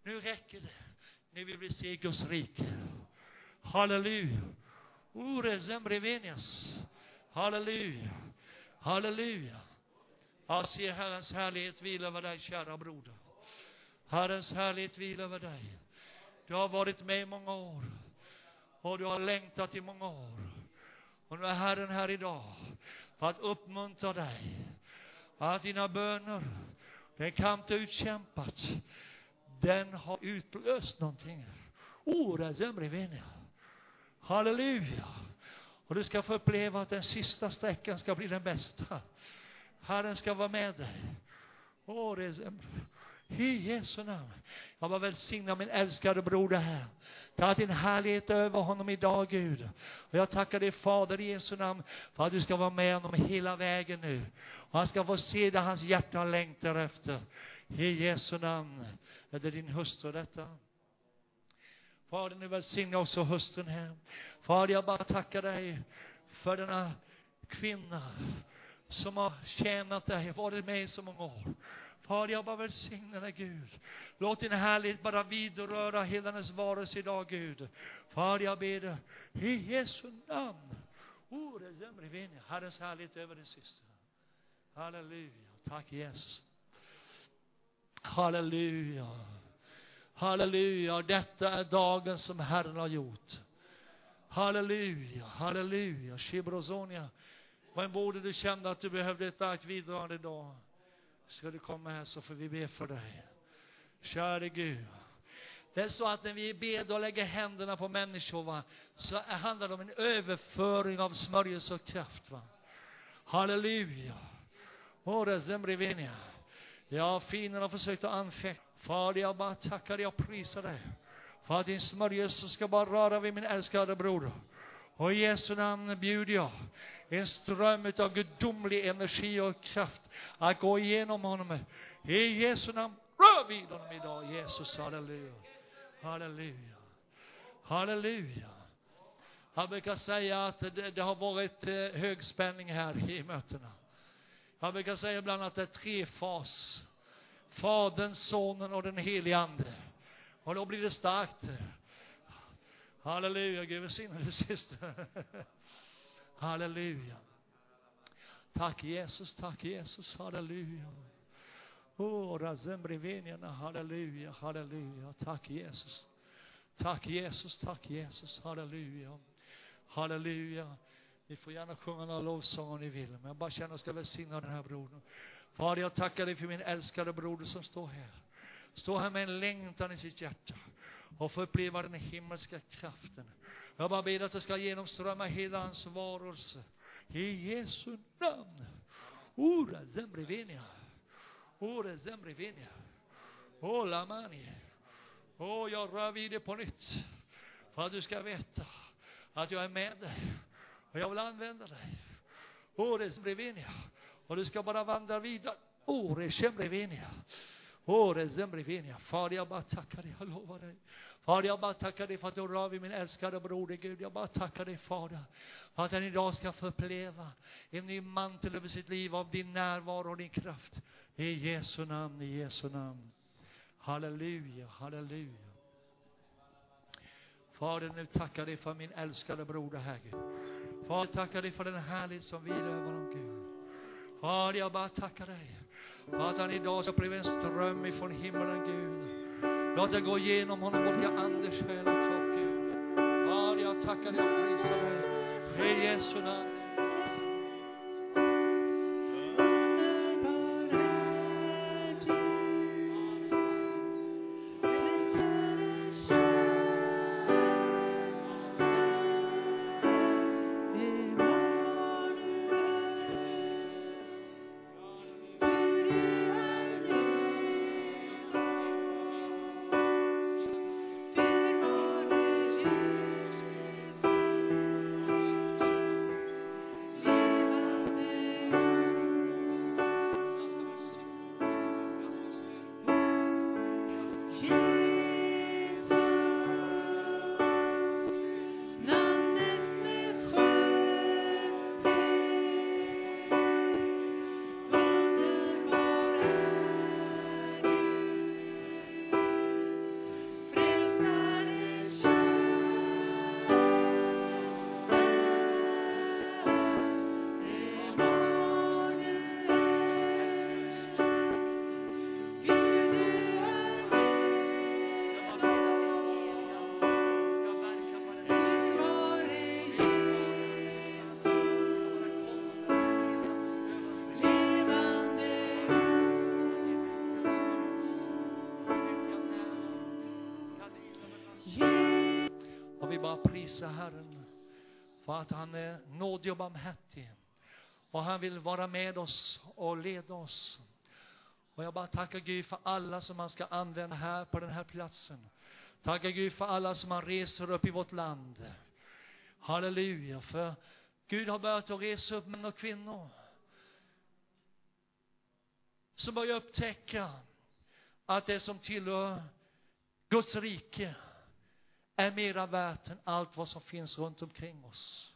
Nu räcker det. Nu vill vi se Guds rike. Halleluja. Ore zembrevenias. Halleluja. Halleluja. Jag ser Herrens härlighet vila över dig, kära broder. Herrens härlighet vila över dig. Du har varit med i många år. Och du har längtat i många år. Och nu är Herren här idag för att uppmuntra dig. Att dina böner, den kamp du utkämpat, den har utlöst någonting. Ora zembrevenia. Halleluja. Och du ska få uppleva att den sista sträckan ska bli den bästa. Herren ska vara med dig. Ora zembrevenia. I Jesu namn. Jag var välsigna min älskade broder här. Ta din härlighet över honom idag, Gud. Och jag tackar dig, Fader, i Jesu namn, för att du ska vara med honom hela vägen nu. Och han ska få se det hans hjärta längtar efter. I Jesu namn. Är det din hustru detta? Fader, nu välsigna också hustrun här. Fader, jag bara tackar dig för denna kvinna som har tjänat dig, varit med i så många år. Fader, jag bara välsignar dig, Gud. Låt din härlighet bara vidröra hela hennes varelse idag, Gud. Fader, jag ber dig i Jesu namn. Herrens härlighet över din syster. Halleluja. Tack Jesus. Halleluja. Halleluja. Detta är dagen som Herren har gjort. Halleluja. Halleluja. Shibrozonia. Vad borde du kände att du behövde ett starkt vidrörande idag? Ska du komma här så får vi be för dig. Kära Gud. Det är så att när vi ber och lägger händerna på människor, va, så handlar det om en överföring av smörjelse och kraft. Va? Halleluja. Ora zembrevenia. Ja, fienden har försökt att anfäkta. Fader, jag bara tackar dig och prisar dig. För att din smörjelse ska bara röra vid min älskade broder. Och i Jesu namn bjuder jag en ström av gudomlig energi och kraft att gå igenom honom. I Jesu namn, rör vid honom idag. Jesus, halleluja. Halleluja. Halleluja. Jag brukar säga att det har varit hög spänning här i mötena. Jag brukar säga ibland att det är 3 fas. Fadern, sonen och den helige ande. Och då blir det starkt. Halleluja, Gud välsigne dig, syster. Halleluja. Tack Jesus, tack Jesus, halleluja. Razembrivenierna, halleluja, halleluja. Tack Jesus. Tack Jesus, tack Jesus, halleluja. Halleluja. Ni får gärna sjunga några lovsång om ni vill, men jag bara känner att jag ska välsigna den här brodern. Fader, jag tackar dig för min älskade broder som står här. Står här med en längtan i sitt hjärta och får uppleva den himmelska kraften. Jag bara ber att det ska genomströmma hela hans varelse. I Jesu namn. Ora zembrevenia. Ora zembrevenia. Ola mani. Jag rör vid det på nytt. För att du ska veta att jag är med dig. Och jag vill använda dig. Ora zembrevenia. Och du ska bara vandra vidare. Ora zembrevenia. Fader, jag bara tackar dig, jag lovar dig. Fader, jag bara tackar dig för att du rör vid min älskade broder, Gud. Jag bara tackar dig, Fader, för att han idag ska få uppleva en ny mantel över sitt liv av din närvaro och din kraft. I Jesu namn, i Jesu namn. Halleluja, halleluja. Fader, nu tackar dig för min älskade broder här, Gud. Fader, tackar dig för den härlighet som vilar över honom, Gud. Fader, jag bara tackar dig för att han idag ska bli en ström ifrån himlen, Gud. Låt det gå igenom honom både till Anders själ och kropp, Gud. Fader, jag tackar dig och prisar dig. I Jesu namn. bara prisa Herren för att han är nådig och barmhärtig. Och han vill vara med oss och leda oss. Och jag bara tackar Gud för alla som man ska använda här på den här platsen. Tackar Gud för alla som man reser upp i vårt land. Halleluja. För Gud har börjat att resa upp män och kvinnor som börjar upptäcka att det som tillhör Guds rike är mera värt än allt vad som finns runt omkring oss.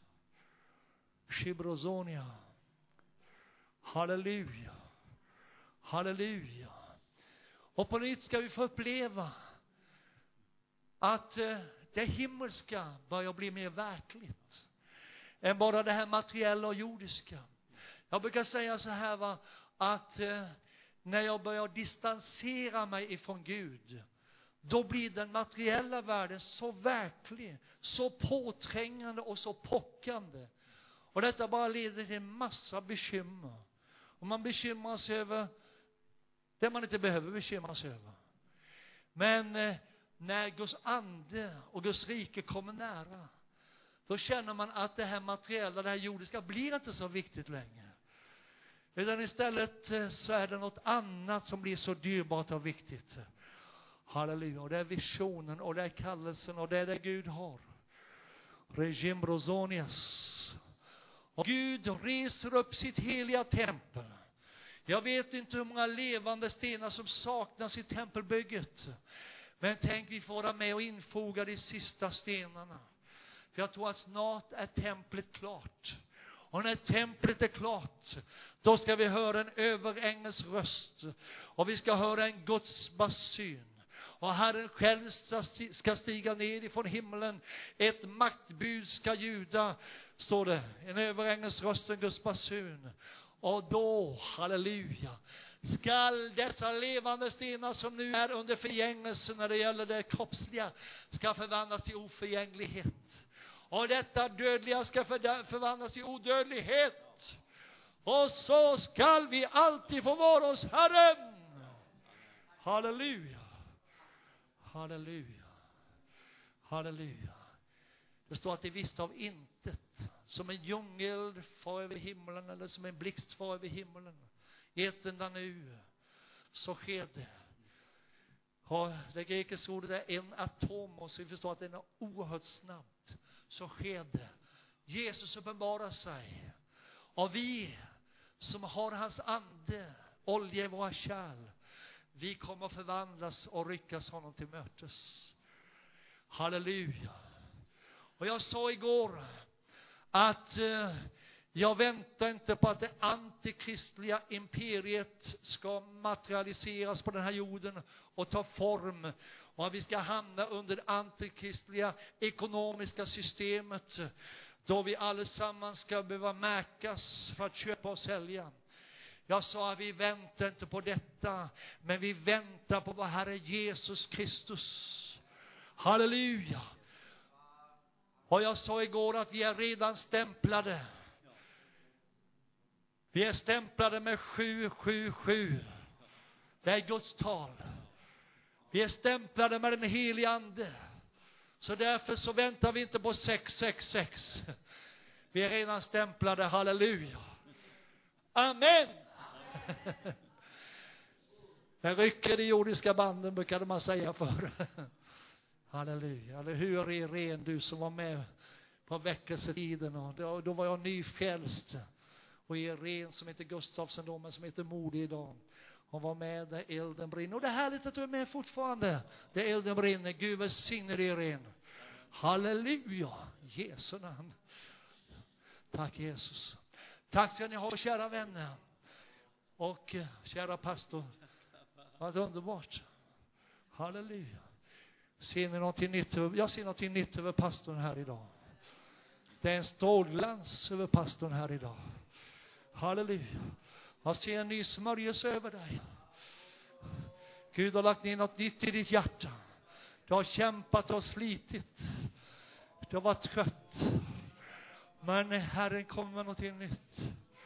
Shibrozonia. Halleluja. Halleluja. Och på nytt ska vi få uppleva att det himmelska börjar bli mer verkligt än bara det här materiella och jordiska. Jag brukar säga så här att när jag börjar distansera mig ifrån Gud, då blir den materiella världen så verklig, så påträngande och så pockande. Och detta bara leder till en massa bekymmer. Och man bekymrar sig över det man inte behöver bekymra sig över. Men när Guds ande och Guds rike kommer nära, då känner man att det här materiella, det här jordiska blir inte så viktigt längre. Utan istället så är det något annat som blir så dyrbart och viktigt. Halleluja. Och det är visionen och det är kallelsen och det är det Gud har. Regim Brozonias. Och Gud reser upp sitt heliga tempel. Jag vet inte hur många levande stenar som saknas i tempelbygget. Men tänk, vi får vara med och infoga de sista stenarna. För jag tror att snart är templet klart. Och när templet är klart, då ska vi höra en överängels röst. Och vi ska höra en Guds basun. Och Herren själv ska stiga ner ifrån himlen. Ett maktbud ska ljuda, står det. En överängels röst, en Guds basun. Och då, halleluja, skall dessa levande stenar som nu är under förgängelse när det gäller det kroppsliga, ska förvandlas till oförgänglighet. Och detta dödliga ska förvandlas till odödlighet. Och så skall vi alltid få vara hos Herren. Halleluja. Halleluja. Halleluja. Det står att det visste av intet, som en djungel far över himlen eller som en blixt far över himlen. I ett enda nu så sker det. Och det grekiska ordet är en atom, och så vi förstår att den är oerhört snabbt. Så sker det. Jesus uppenbarar sig. Och vi som har hans ande, olja i våra kärl, vi kommer att förvandlas och ryckas honom till mötes. Halleluja. Och jag sa igår att jag väntar inte på att det antikristliga imperiet ska materialiseras på den här jorden och ta form. Och att vi ska hamna under det antikristliga ekonomiska systemet, då vi allesammans ska behöva märkas för att köpa och sälja. Jag sa att vi väntar inte på detta, men vi väntar på vår Herre Jesus Kristus. Halleluja. Och jag sa igår att vi är redan stämplade. Vi är stämplade med 777. Det är Guds tal. Vi är stämplade med den helige ande. Så därför så väntar vi inte på 666. Vi är redan stämplade, halleluja. Amen. Jag rycker de jordiska banden, brukade man säga förr. Halleluja. Eller hur är ren du som var med på väckelsetiden, och då var jag nyfrälst. Och Irene som heter Gustafsson då, men som heter Modig idag. Hon var med där elden brinner. Och det är härligt att du är med fortfarande. Där elden brinner. Gud välsigne dig, Irene. Halleluja. Jesu namn. Tack Jesus. Tack ska ni ha, kära vänner. Och kära pastor. Vad underbart. Halleluja. Ser ni någonting nytt? Jag ser någonting nytt över pastorn här idag. Det är en strålglans över pastorn här idag. Halleluja. Jag ser en ny smörjelse över dig. Gud har lagt ner något nytt i ditt hjärta. Du har kämpat och slitit. Du har varit trött. Men Herren kommer med något nytt.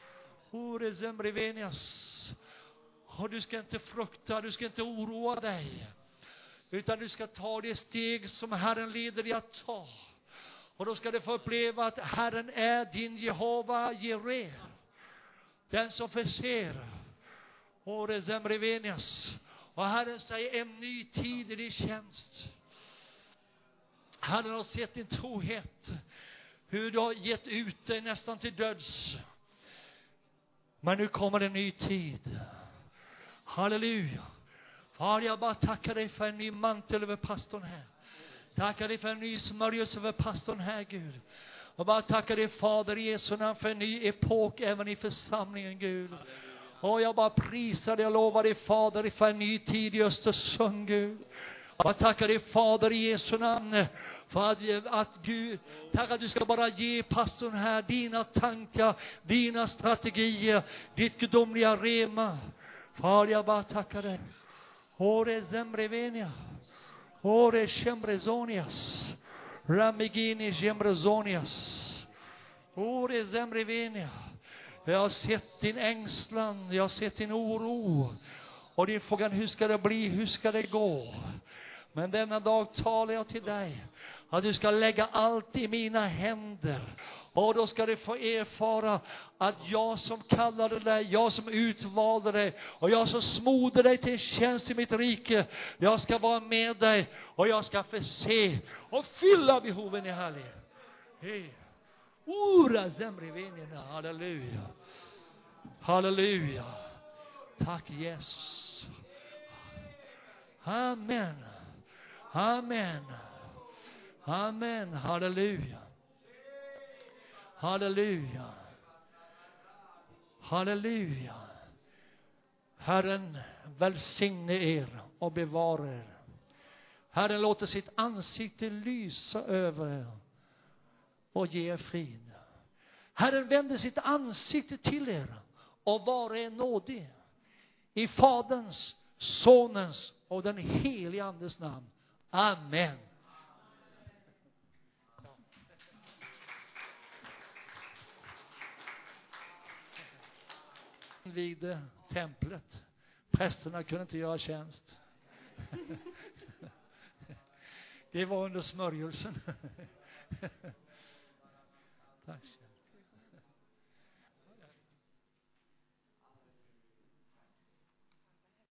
Och du ska inte frukta, du ska inte oroa dig. Utan du ska ta det steg som Herren leder dig att ta. Och då ska du få uppleva att Herren är din Jehova Jireh. Den som förser. Ore zemrevenias. Och Herren säger en ny tid i din tjänst. Herren har sett din trohet. Hur du har gett ut dig nästan till döds. Men nu kommer en ny tid. Halleluja. Far, jag bara tackar dig för en ny mantel över pastorn här. Tackar dig för en ny smörjelse över pastorn här, Gud. Och bara tackar dig, Fader, i Jesu namn, för en ny epok även i församlingen, Gud. Och jag bara prisar dig och lovar dig, Fader, för en ny tid i Östersund, Gud. Och tackar dig, Fader, i Jesu namn, för att Gud, tack att du ska bara ge pastorn här dina tankar, dina strategier, ditt gudomliga rema. Far, jag bara tackar dig. Ore zemrevenia. Ore shembrezonias. Ramigini shembrezonias. Ore zemrevenia. Jag har sett din ängslan, jag har sett din oro. Och din frågan, hur ska det bli, hur ska det gå? Men denna dag talar jag till dig att du ska lägga allt i mina händer. Och då ska du få erfara att jag som kallade dig, jag som utvalde dig och jag som smorde dig till tjänst i mitt rike, jag ska vara med dig och jag ska förse och fylla behoven i härlig. Hej. Ura zemrivenina, halleluja. Halleluja. Tack Jesus. Amen. Amen. Amen. Halleluja. Halleluja. Halleluja. Herren välsigne er och bevara er. Herren låter sitt ansikte lysa över er och ge er frid. Herren vänder sitt ansikte till er och vara er nådig. I Faderns, Sonens och den helige Andes namn. Amen. Vid templet. Prästerna kunde inte göra tjänst. Det var under smörjelsen.